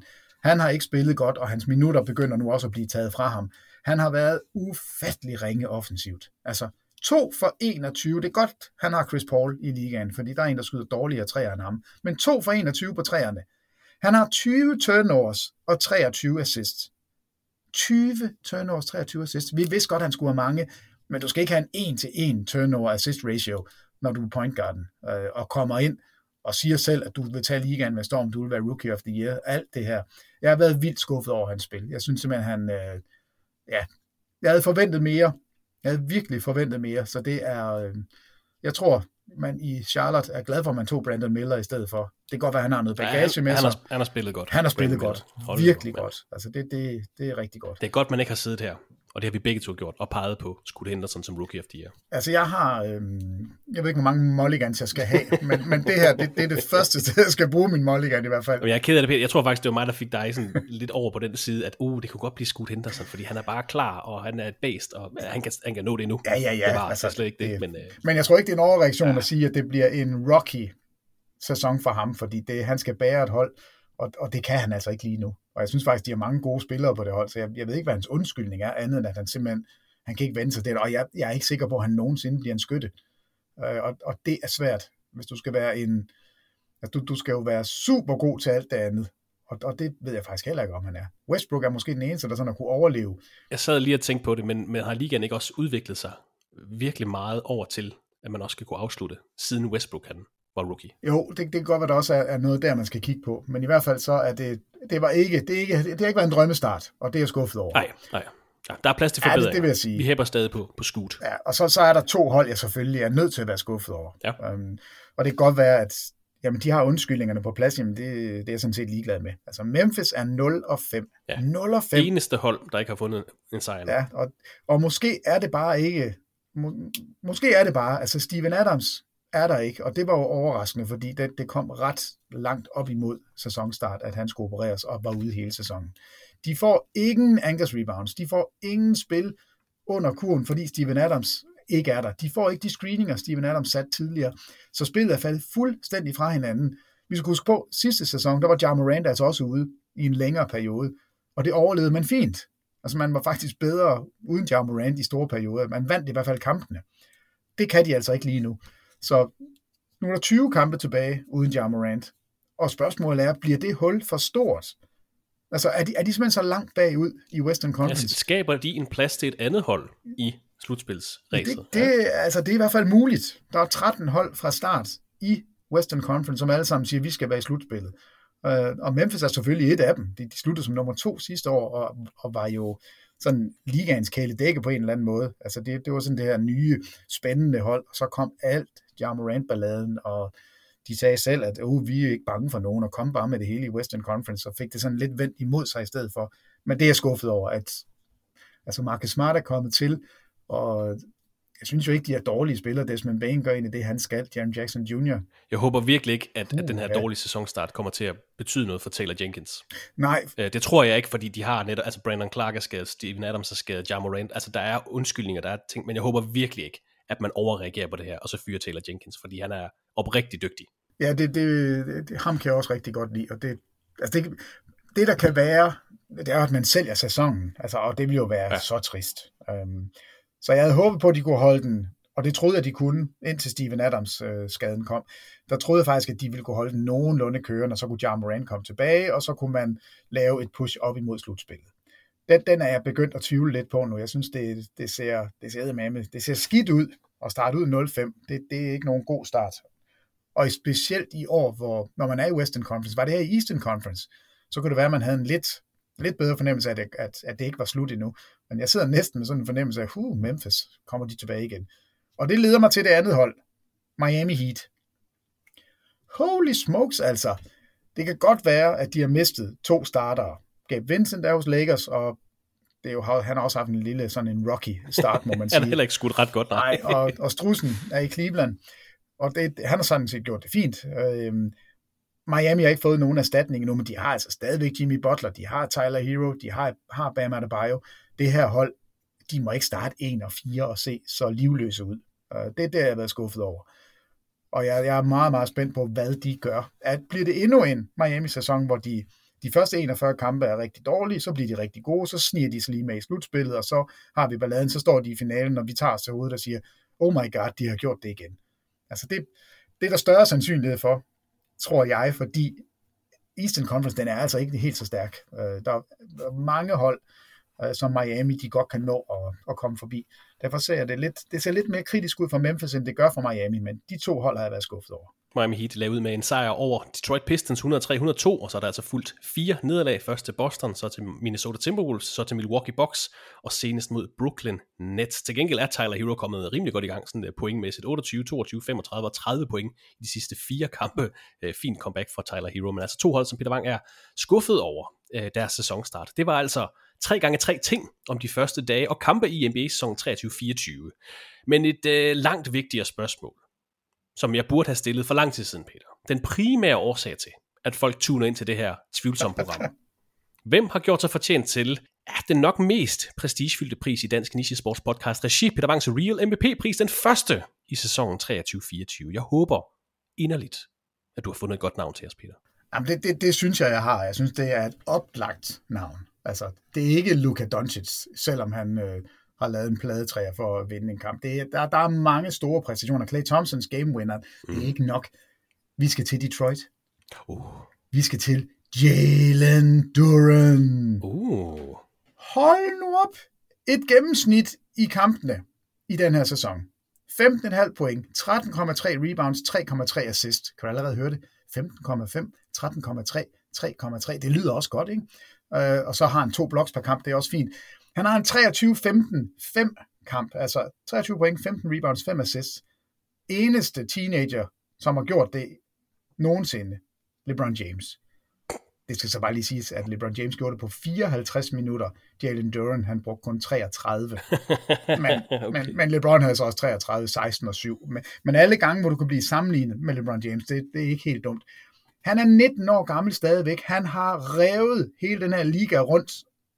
Speaker 10: Han har ikke spillet godt, og hans minutter begynder nu også at blive taget fra ham. Han har været ufattelig ringe offensivt. Altså, to for enogtyve. Det er godt, han har Chris Paul i ligaen, fordi der er en, der skyder dårligere træer end ham. Men to for enogtyve på træerne. Han har tyve turnovers og treogtyve assists. tyve turnovers, treogtyve assists. Vi vidste godt, at han skulle have mange, men du skal ikke have en en-til-en turnover-assist ratio, når du er point guarden, øh, og kommer ind og siger selv, at du vil tage ligaen med storm, du vil være rookie of the year, alt det her. Jeg har været vildt skuffet over hans spil. Jeg synes simpelthen, han, øh, ja, jeg havde forventet mere. Jeg havde virkelig forventet mere, så det er, øh, jeg tror, man i Charlotte er glad for, at man tog Brandon Miller i stedet for. Det kan godt være, at han har noget bagage ja,
Speaker 9: han,
Speaker 10: med
Speaker 9: han
Speaker 10: sig.
Speaker 9: Har, han har spillet godt.
Speaker 10: Han har spillet
Speaker 9: Brandon
Speaker 10: godt. Virkelig godt. godt. Altså, det, det, det er rigtig godt.
Speaker 9: Det er godt, man ikke har siddet her, og det har vi begge to gjort, og peget på Scoot Henderson som rookie of the year.
Speaker 10: Altså, jeg har, øhm, jeg ved ikke, hvor mange mulligans jeg skal have, men, men det her, det, det er det første sted, jeg skal bruge min mulligan i hvert fald.
Speaker 9: Og jeg er ked af det, Peter. Jeg tror faktisk, det var mig, der fik dig sådan lidt over på den side, at uh, det kunne godt blive Scoot Henderson, fordi han er bare klar, og han er et based, og han kan, han kan nå det endnu.
Speaker 10: Ja, ja, ja.
Speaker 9: Det var
Speaker 10: altså,
Speaker 9: slet ikke det.
Speaker 10: det
Speaker 9: Men, øh,
Speaker 10: men jeg tror ikke, det er en overreaktion
Speaker 9: ja.
Speaker 10: at sige, at det bliver en rocky sæson for ham, fordi det, han skal bære et hold, og, og det kan han altså ikke lige nu. Og jeg synes faktisk, de har mange gode spillere på det hold, så jeg, jeg ved ikke, hvad hans undskyldning er, andet end at han simpelthen, han kan ikke vende sig det, og jeg, jeg er ikke sikker på, at han nogensinde bliver en skytte. Øh, og, og det er svært, hvis du skal være en, at du, du skal jo være super god til alt det andet, og, og det ved jeg faktisk heller ikke, om han er. Westbrook er måske den eneste, der sådan har kunne overleve.
Speaker 9: Jeg sad lige og tænkte på det, men, men har ligaen ikke også udviklet sig virkelig meget over til, at man også skal kunne afslutte, siden Westbrook han var rookie?
Speaker 10: Jo, det, det kan godt være, der også er, er noget der, man skal kigge på, men i hvert fald så er det, det var ikke, det, er ikke, det har ikke været en drømmestart, og det er jeg skuffet over.
Speaker 9: Nej, nej. Ja, der er plads til forbedringer.
Speaker 10: Ja, det, det vil jeg sige.
Speaker 9: Vi hæpper stadig på, på Scoot.
Speaker 10: Ja, og så, så er der to hold, jeg selvfølgelig er nødt til at være skuffet over.
Speaker 9: Ja.
Speaker 10: Um, og det kan godt være, at jamen, de har undskyldningerne på plads, jamen det, det er jeg sådan set ligeglad med. Altså Memphis er nul og fem.
Speaker 9: Ja.
Speaker 10: nul og fem.
Speaker 9: Eneste hold, der ikke har fundet en sejr.
Speaker 10: Ja, og, og måske er det bare ikke, må, måske er det bare, altså Steven Adams er der ikke, og det var jo overraskende, fordi det, det kom ret langt op imod sæsonstart, at han skulle opereres og var ude hele sæsonen. De får ingen angles rebounds, de får ingen spil under kurven, fordi Steven Adams ikke er der. De får ikke de screeninger, Steven Adams satte tidligere, så spillet er faldet fuldstændig fra hinanden. Vi skal huske på, sidste sæson, der var Ja Morant altså også ude i en længere periode, og det overlevede man fint. Altså man var faktisk bedre uden Ja Morant i store perioder. Man vandt i hvert fald kampene. Det kan de altså ikke lige nu. Så nu er der tyve kampe tilbage uden Ja Morant. Og spørgsmålet er, bliver det hul for stort? Altså er de, er de simpelthen så langt bagud i Western Conference?
Speaker 9: Altså, skaber de en plads til et andet hold i slutspilsræset?
Speaker 10: Det, det, ja. altså, det er i hvert fald muligt. Der er tretten hold fra start i Western Conference, som alle sammen siger, at vi skal være i slutspillet. Uh, og Memphis er selvfølgelig et af dem. De, de sluttede som nummer to sidste år, og, og var jo sådan ligaens kæledække på en eller anden måde. Altså det, det var sådan det her nye, spændende hold, og så kom alt Ja Morant-balladen, og de sagde selv, at oh, vi er ikke bange for nogen, og kom bare med det hele i Western Conference, og fik det sådan lidt vendt imod sig i stedet for. Men det er jeg skuffet over, at altså Marcus Smart er kommet til, og jeg synes jo ikke, de er dårlige spillere. Desmond Bane gør egentlig det, han skal. Jaren Jackson junior
Speaker 9: Jeg håber virkelig ikke, at,
Speaker 10: uh,
Speaker 9: at den her
Speaker 10: ja.
Speaker 9: dårlige sæsonstart kommer til at betyde noget for Taylor Jenkins.
Speaker 10: Nej.
Speaker 9: Det tror jeg ikke, fordi de har netop, altså Brandon Clark er skadet, Steven Adams er skadet, Ja Morant. Altså der er undskyldninger, der er ting, men jeg håber virkelig ikke, at man overreagerer på det her, og så fyrer Taylor Jenkins, fordi han er oprigtig dygtig.
Speaker 10: Ja, det, det, det, ham kan jeg også rigtig godt lide, og det, altså det, det der kan være, det er, at man sælger sæsonen, altså, og det vil jo være ja. så trist. Um, så jeg havde håbet på, at de kunne holde den, og det troede jeg, de kunne, indtil Steven Adams øh, skaden kom. Der troede jeg faktisk, at de ville kunne holde den nogenlunde kørende, og så kunne Ja Morant komme tilbage, og så kunne man lave et push op imod slutspillet. Den, den er jeg begyndt at tvivle lidt på nu. Jeg synes, det, det ser, det ser, med, det ser skidt ud at starte ud nul fem. Det, det er ikke nogen god start. Og specielt i år, hvor, når man er i Western Conference, var det her i Eastern Conference, så kunne det være, at man havde en lidt, lidt bedre fornemmelse af, det, at, at det ikke var slut endnu. Men jeg sidder næsten med sådan en fornemmelse af, huh, Memphis, kommer de tilbage igen. Og det leder mig til det andet hold, Miami Heat. Holy smokes altså. Det kan godt være, at de har mistet to startere. Gabe Vincent er hos Lakers, og det er jo, han har også haft en lille sådan en rocky start, må man sige.
Speaker 9: Han har heller ikke skudt ret godt, nej.
Speaker 10: nej og, og Strussen er i Cleveland, og det, han har sådan set gjort det fint. Øhm, Miami har ikke fået nogen erstatning endnu, men de har altså stadigvæk Jimmy Butler, de har Tyler Hero, de har, har Bam Adebayo. Det her hold, de må ikke starte en og fire og se så livløse ud. Det er det, jeg har været skuffet over. Og jeg, jeg er meget, meget spændt på, hvad de gør. At bliver det endnu en Miami-sæson, hvor de de første enogfyrre kampe er rigtig dårlige, så bliver de rigtig gode, så sniger de sig lige med i slutspillet, og så har vi balladen, så står de i finalen, og vi tager os til hovedet og siger, oh my god, de har gjort det igen. Altså det, det er der større sandsynlighed for, tror jeg, fordi Eastern Conference, den er altså ikke helt så stærk. Der er mange hold, som Miami, de godt kan nå at, at komme forbi. Derfor ser jeg det lidt, det ser lidt mere kritisk ud for Memphis, end det gør for Miami, men de to hold har jeg været skuffet over.
Speaker 9: Miami Heat lavede med en sejr over Detroit Pistons et hundrede og tre til et hundrede og to, og så er der altså fulgt fire nederlag. Først til Boston, så til Minnesota Timberwolves, så til Milwaukee Bucks, og senest mod Brooklyn Nets. Til gengæld er Tyler Hero kommet rimelig godt i gang, sådan pointmæssigt. otteogtyve, toogtyve, femogtredive og tredive point i de sidste fire kampe. Fint comeback for Tyler Hero, men altså to hold, som Peter Wang er skuffet over deres sæsonstart. Det var altså tre gange tre ting om de første dage og kampe i N B A-sæsonen treogtyve fireogtyve. Men et øh, langt vigtigere spørgsmål, som jeg burde have stillet for lang tid siden, Peter. Den primære årsag til, at folk tuner ind til det her tvivlsomme program. Hvem har gjort sig fortjent til ja, den nok mest prestigefyldte pris i dansk nichesports podcast regi, Peter Wangs Real M V P-pris, den første i sæsonen treogtyve fireogtyve. Jeg håber inderligt, at du har fundet et godt navn til os, Peter.
Speaker 10: Jamen det, det, det synes jeg, jeg har. Jeg synes, det er et oplagt navn. Altså, det er ikke Luka Doncic, selvom han øh, har lavet en pladetræer for at vinde en kamp. Det er, der, der er mange store præstationer. Klay Thompsons game winner, mm. det er ikke nok. Vi skal til Detroit. Uh. Vi skal til Jalen Duren.
Speaker 9: Uh.
Speaker 10: Hold nu op. Et gennemsnit i kampene i den her sæson. femten komma fem point, tretten komma tre rebounds, tre komma tre assist. Kan du allerede høre det? femten komma fem, tretten komma tre, tre komma tre. Det lyder også godt, ikke? Uh, og så har han to blocks per kamp, det er også fint. Han har en treogtyve femten fem kamp, altså treogtyve point, femten rebounds, fem assists. Eneste teenager, som har gjort det nogensinde, LeBron James. Det skal så bare lige siges, at LeBron James gjorde det på fireoghalvtreds minutter. Jalen Duren, han brugte kun treogtredive. Men, okay. men, men LeBron havde så også treogtredive, seksten og syv. Men, men alle gange, hvor du kan blive sammenlignet med LeBron James, det, det er ikke helt dumt. Han er nitten år gammel stadigvæk. Han har revet hele den her liga rundt.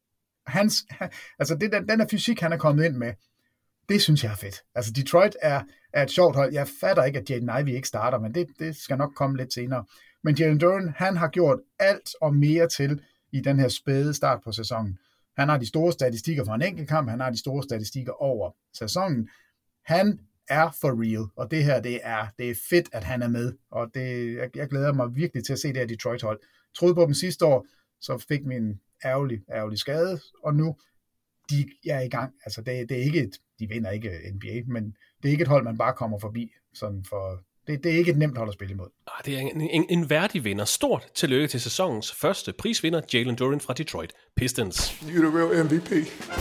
Speaker 10: Hans, altså det, den, den her fysik, han er kommet ind med, det synes jeg er fedt. Altså Detroit er, er et sjovt hold. Jeg fatter ikke, at Jaden Ivey ikke starter, men det, det skal nok komme lidt senere. Men Jalen Duren, han har gjort alt og mere til i den her spæde start på sæsonen. Han har de store statistikker for en enkelt kamp, han har de store statistikker over sæsonen. Han er for real, og det her, det er, det er fedt, at han er med, og det, jeg, jeg glæder mig virkelig til at se det her Detroit-hold. Troede på dem sidste år, så fik vi en ærgerlig, ærgerlig skade, og nu, de er i gang. Altså, det, det er ikke et, de vinder ikke N B A, men det er ikke et hold, man bare kommer forbi, sådan for... Det, det er ikke et nemt hold at spille imod.
Speaker 9: Det er en, en, en værdig vinder. Stort tillykke til sæsonens første prisvinder, Jalen Duren fra Detroit Pistons.
Speaker 8: You're the real M V P.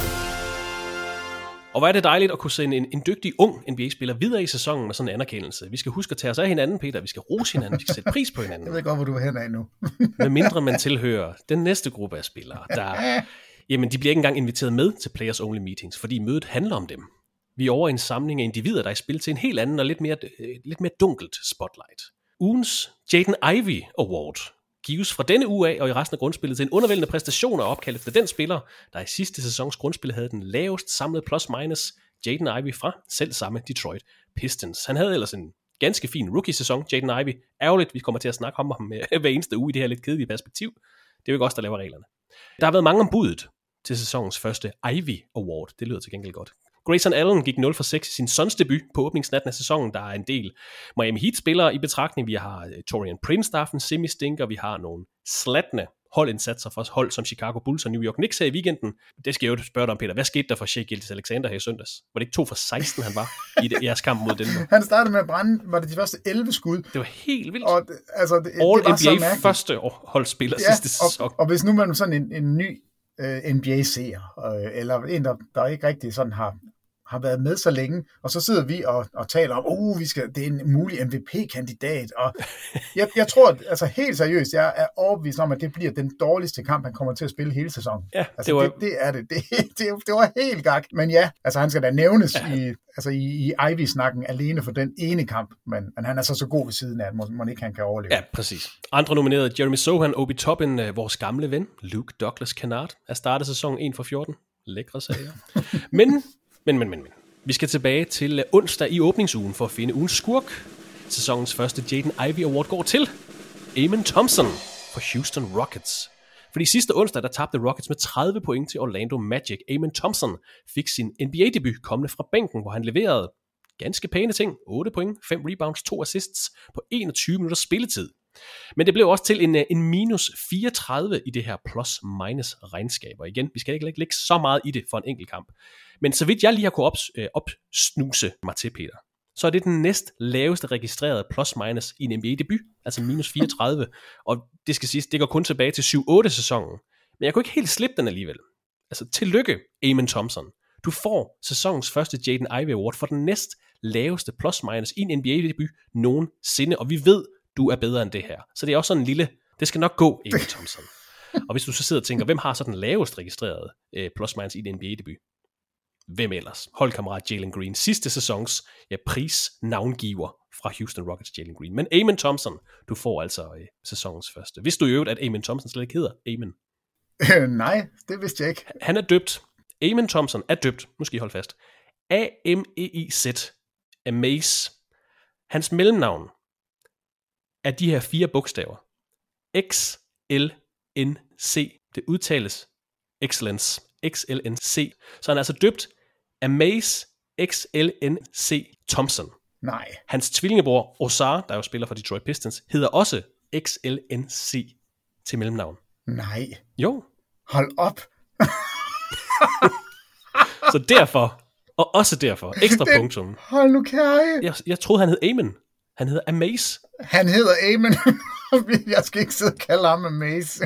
Speaker 9: Og hvor er det dejligt at kunne sende en, en dygtig ung N B A-spiller videre i sæsonen med sådan en anerkendelse. Vi skal huske at tage os af hinanden, Peter. Vi skal rose hinanden. Vi skal sætte pris på hinanden.
Speaker 10: Jeg ved godt, hvor du er hen af nu.
Speaker 9: Med mindre man tilhører den næste gruppe af spillere, der... Jamen, de bliver ikke engang inviteret med til Players Only Meetings, fordi mødet handler om dem. Vi er over en samling af individer, der er spillet til en helt anden og lidt mere, lidt mere dunkelt spotlight. Ugens Jaden Ivey Award gives fra denne uge af og i resten af grundspillet til en undervældende præstation og opkaldt efter den spiller, der i sidste sæsons grundspil havde den lavest samlede plus-minus, Jaden Ivey fra selv samme Detroit Pistons. Han havde ellers en ganske fin rookie-sæson, Jaden Ivey. Ærgerligt, vi kommer til at snakke om ham hver eneste uge i det her lidt kedelige perspektiv. Det er jo ikke os, der laver reglerne. Der har været mange om budet til sæsonens første Ivey Award. Det lyder til gengæld godt. Grayson Allen gik nul for seks i sin Suns debut på åbningsnatten af sæsonen. Der er en del Miami Heat-spillere i betragtning. Vi har uh, Torian Prince, der er en semi-stinker. Vi har nogle slatne holdindsatser for hold som Chicago Bulls og New York Knicks her i weekenden. Det skal jeg jo spørge dig om, Peter. Hvad skete der for Shai Gilgeous-Alexander her i søndags? Var det ikke to for seksten, han var i jeres kamp mod Denver?
Speaker 10: Han startede med at brænde, var det de første elleve skud.
Speaker 9: Det var helt vildt.
Speaker 10: Og, altså, det,
Speaker 9: All
Speaker 10: det var
Speaker 9: N B A første holdspiller
Speaker 10: ja,
Speaker 9: sidste sæson.
Speaker 10: Og, og hvis nu man sådan en, en ny uh, N B A-seer, uh, eller en, der, der ikke rigtig sådan har... har været med så længe, og så sidder vi og, og taler om, uh, vi skal, det er en mulig M V P-kandidat, og jeg, jeg tror, altså helt seriøst, jeg er overbevist om, at det bliver den dårligste kamp, han kommer til at spille hele sæsonen.
Speaker 9: Ja,
Speaker 10: altså,
Speaker 9: det, var...
Speaker 10: det, det er det. Det, det, det var helt gak. Men ja, altså han skal da nævnes ja. i, altså, i, i Ivy-snakken alene for den ene kamp, men, men han er så så god ved siden af, at må, må ikke han kan overleve.
Speaker 9: Ja, præcis. Andre nominerede, Jeremy Sohan, Obi Toppin, vores gamle ven, Luke Douglas Kennard, er startet sæson en for fjorten. Lækre sager. men Men, men, men, men. Vi skal tilbage til onsdag i åbningsugen for at finde ugens skurk. Sæsonens første Jaden Ivey Award går til Amen Thompson for Houston Rockets. Fordi sidste onsdag, der tabte Rockets med tredive point til Orlando Magic. Amen Thompson fik sin N B A-debut kommende fra bænken, hvor han leverede ganske pæne ting. otte point, fem rebounds, to assists på enogtyve minutter spilletid. Men det blev også til en, en minus fireogtredive i det her plus-minus regnskab. Og igen, vi skal ikke lægge så meget i det for en enkelt kamp. Men så vidt jeg lige har kunnet op, øh, opsnuse mig til, Peter, så er det den næst laveste registrerede plus-minus i en N B A-debut, altså minus fireogtredive. Og det skal siges, det går kun tilbage til syv otte sæsonen. Men jeg kunne ikke helt slippe den alligevel. Altså tillykke, Amen Thompson. Du får sæsonens første Jaden Ivey Award for den næst laveste plus-minus i en N B A-debut nogensinde. Og vi ved, du er bedre end det her. Så det er også sådan en lille, det skal nok gå, Amen Thompson. Og hvis du så sidder og tænker, hvem har så den lavest registrerede øh, plus-minus i en N B A-debut? Hvem ellers? Holdkammerat Jalen Green. Sidste sæsons ja, prisnavngiver fra Houston Rockets, Jalen Green. Men Amen Thompson, du får altså øh, sæsonens første. Vidste du i øvrigt, at Amen Thompson slet ikke hedder Amen?
Speaker 10: Øh, nej, det vidste jeg ikke.
Speaker 9: Han er døbt. Amen Thompson er døbt. Nu skal I holde fast. A M E I Z. Amaze. Hans mellemnavn er de her fire bogstaver. X L N C. Det udtales Excellence. X L N C. Så han er altså døbt Amaze X L N C Thompson.
Speaker 10: Nej.
Speaker 9: Hans tvillingebror Osar, der jo spiller for Detroit Pistons, hedder også X L N C til mellemnavn.
Speaker 10: Nej.
Speaker 9: Jo.
Speaker 10: Hold op.
Speaker 9: Så derfor, og også derfor, ekstra det, punktum.
Speaker 10: Hold nu kære.
Speaker 9: Jeg, jeg troede, han hed Amen. Han hedder Amaze.
Speaker 10: Han hedder Amen. Jeg skal ikke sidde og kalde ham Amaze.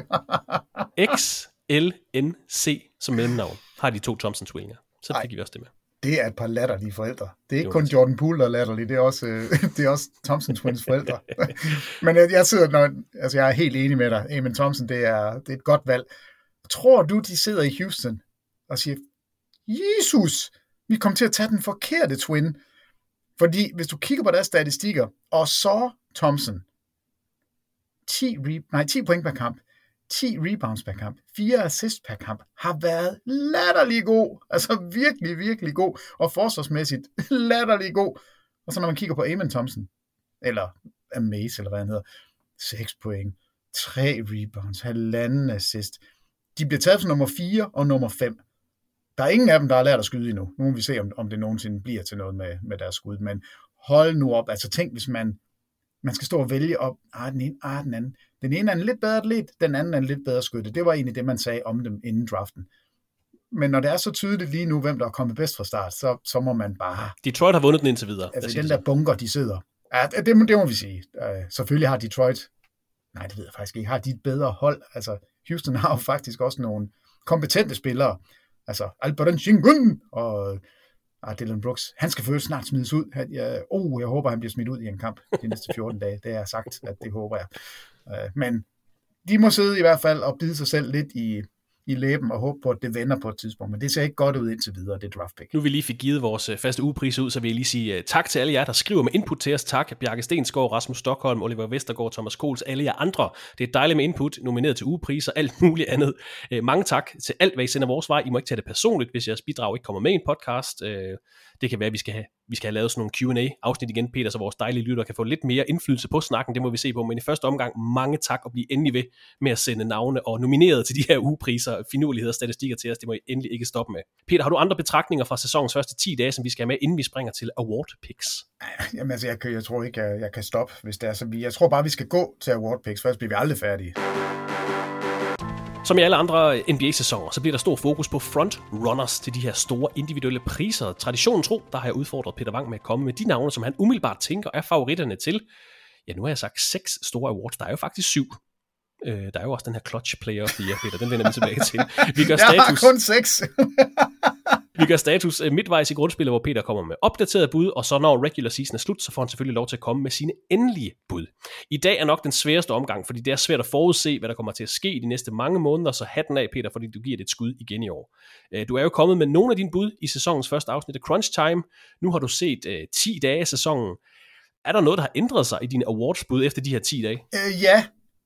Speaker 9: X L N C som mellemnavn har de to Thompson-tvillinger. Så fik vi også det med.
Speaker 10: Det er et par latterlige forældre. Det er ikke jo, kun Jordan Poole, der er latterlig. Det er også, det er også Thompson Twins forældre. Men jeg, jeg sidder, når, altså jeg er helt enig med dig. Amen Thompson, det er, det er et godt valg. Tror du, de sidder i Houston og siger, Jesus, vi kom til at tage den forkerte twin. Fordi hvis du kigger på deres statistikker, og så Thompson, ti, re, nej, ti point per kamp, ti rebounds per kamp, fire assists per kamp, har været latterlig god. Altså virkelig, virkelig god. Og forsvarsmæssigt latterlig god. Og så når man kigger på Amen Thompson, eller Amaze, eller hvad han hedder, seks point, tre rebounds, halvanden assist. De bliver taget som nummer fire og nummer fem. Der er ingen af dem, der har lært at skyde endnu. Nu må vi se, om, om det nogensinde bliver til noget med, med deres skud. Men hold nu op. Altså tænk, hvis man, man skal stå og vælge op. Ah, den ene, ah, den anden. Den ene er en lidt bedre atlet, den anden er en lidt bedre skytte. Det var egentlig det, man sagde om dem inden draften. Men når det er så tydeligt lige nu, hvem der er kommet bedst fra start, så, så må man bare...
Speaker 9: Detroit har vundet den indtil videre.
Speaker 10: Altså den der bunker, de sidder. Ja, det, det, må, det må vi sige. Uh, selvfølgelig har Detroit... Nej, det ved jeg faktisk ikke. Har de et bedre hold? Altså, Houston har jo faktisk også nogle kompetente spillere. Altså, Alperen Sengun og ah, Dylan Brooks. Han skal først snart smides ud. Han, jeg, oh, jeg håber, han bliver smidt ud i en kamp de næste fjorten dage. Det har jeg sagt, at det håber jeg. Uh, men de må sidde i hvert fald og bide sig selv lidt i, i læben og håbe på, at det vender på et tidspunkt. Men det ser ikke godt ud indtil videre, det draft pick.
Speaker 9: Nu vil vi lige fik givet vores faste ugepris ud, så vil jeg lige sige uh, tak til alle jer, der skriver med input til os. Tak. Bjarke Stensgaard, Rasmus Stockholm, Oliver Vestergaard, Thomas Kohls, alle jer andre. Det er dejligt med input, nomineret til ugepriser, alt muligt andet. Uh, mange tak til alt, hvad I sender vores vej. I må ikke tage det personligt, hvis jeres bidrag ikke kommer med i en podcast. Uh, det kan være, at vi skal have Vi skal have lavet sådan nogle Q and A-afsnit igen, Peter, så vores dejlige lyttere kan få lidt mere indflydelse på snakken. Det må vi se på. Men i første omgang, mange tak og blive endelig ved med at sende navne og nomineret til de her ugepriser, finurligheder og statistikker til os. Det må I endelig ikke stoppe med. Peter, har du andre betragtninger fra sæsonens første ti dage, som vi skal have med, inden vi springer til award picks?
Speaker 10: Jamen altså, jeg, jeg tror ikke, jeg, jeg kan stoppe, hvis det er så. Jeg tror bare, vi skal gå til award picks, for ellers bliver vi aldrig færdige.
Speaker 9: Som i alle andre N B A-sæsoner, så bliver der stor fokus på frontrunners til de her store individuelle priser. Traditionen tro, der har jeg udfordret Peter Wang med at komme med de navne, som han umiddelbart tænker er favoritterne til. Ja, nu har jeg sagt seks store awards. Der er jo faktisk syv. Øh, der er jo også den her clutch player of the year, Peter. Den vender vi tilbage til. Vi gør status,
Speaker 10: jeg har kun seks.
Speaker 9: Vi gør status midtvejs i grundspillet, hvor Peter kommer med opdateret bud, og så når regular season er slut, så får han selvfølgelig lov til at komme med sine endelige bud. I dag er nok den sværeste omgang, fordi det er svært at forudse, hvad der kommer til at ske i de næste mange måneder, så hatten af, Peter, fordi du giver det et skud igen i år. Du er jo kommet med nogle af dine bud i sæsonens første afsnit af Crunch Time. Nu har du set uh, ti dage af sæsonen. Er der noget, der har ændret sig i dine awards-bud efter de her ti dage?
Speaker 10: Øh, ja.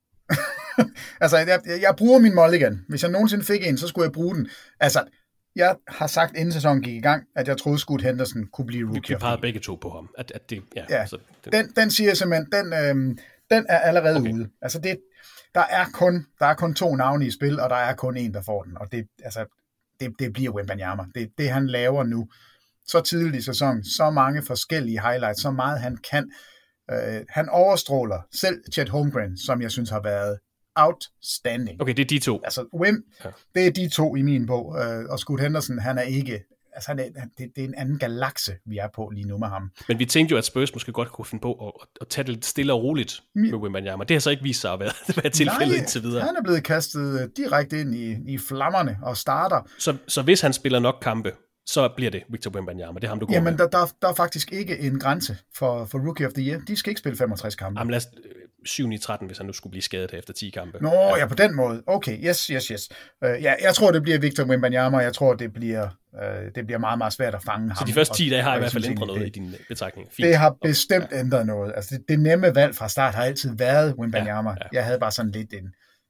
Speaker 10: altså, jeg, jeg bruger min mulligan. Hvis jeg nogensinde fik en, så skulle jeg bruge den. Altså, jeg har sagt, inden sæsonen gik i gang, at jeg troede, Scoot Henderson kunne blive rookie.
Speaker 9: Vi pegede begge to på ham. At, at det, ja,
Speaker 10: ja,
Speaker 9: så det...
Speaker 10: den, den siger jeg simpelthen, den, øhm, den er allerede okay. ude. Altså det, der er kun der er kun to navne i spil, og der er kun en, der får den, og det, altså, det, det bliver Wembanyama. Det, det han laver nu, så tidligt i sæsonen, så mange forskellige highlights, så meget han kan. Uh, han overstråler selv Chet Holmgren, som jeg synes har været outstanding.
Speaker 9: Okay, det er de to.
Speaker 10: Altså, Wim, ja. Det er de to i min bog, uh, og Scoot Henderson, han er ikke, altså han er, det, det er en anden galakse, vi er på lige nu med ham.
Speaker 9: Men vi tænkte jo, at Spurs måske godt kunne finde på at, at tage det lidt stille og roligt med Wembanyama. Det har så ikke vist sig at være, at være tilfældet
Speaker 10: Nej,
Speaker 9: indtil videre.
Speaker 10: Han er blevet kastet direkte ind i, i flammerne og starter.
Speaker 9: Så, så hvis han spiller nok kampe, så bliver det Victor Wembanyama. Det er ham, du går
Speaker 10: Jamen,
Speaker 9: med.
Speaker 10: der, der, der er faktisk ikke en grænse for, for Rookie of the Year. De skal ikke spille femogtres kampe.
Speaker 9: Jamen lad os syv ni tretten, hvis han nu skulle blive skadet efter ti kampe.
Speaker 10: Nå, ja, ja på den måde. Okay, yes, yes, yes. Uh, ja, jeg tror, det bliver Victor Wembanyama. Jeg tror, det bliver, uh, det bliver meget, meget svært at fange ham.
Speaker 9: Så de første ti dage har
Speaker 10: og,
Speaker 9: i hvert fald ændret noget
Speaker 10: det,
Speaker 9: i din betragtning. Fint.
Speaker 10: Det har bestemt ja. ændret noget. Altså, det, det nemme valg fra start har altid været Wembanyama. Ja, ja. Jeg havde bare sådan lidt en...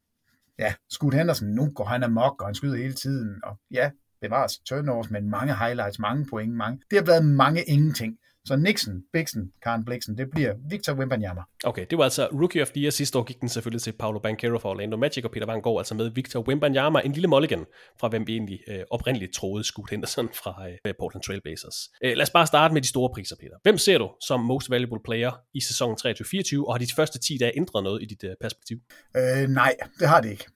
Speaker 10: Ja, Scoot Henderson, nu går han amok, og han skyder hele tiden. Og ja, det var altså turnovers, men mange highlights, mange point, mange. Det har været mange ingenting. Så Nixon, Bixen, Karen Blixen, det bliver Victor Wembanyama.
Speaker 9: Okay, det var altså Rookie of the Year. Sidste år gik den selvfølgelig til Paolo Banchero fra Orlando Magic, og Peter Wang går altså med Victor Wembanyama, en lille mulligan, fra hvem vi egentlig øh, oprindeligt troede Scoot Henderson fra øh, Portland Trail Blazers. Øh, lad os bare starte med de store priser, Peter. Hvem ser du som most valuable player i sæsonen treogtyve fireogtyve, og har de første ti dage ændret noget i dit øh, perspektiv?
Speaker 10: Øh, nej, det har det ikke.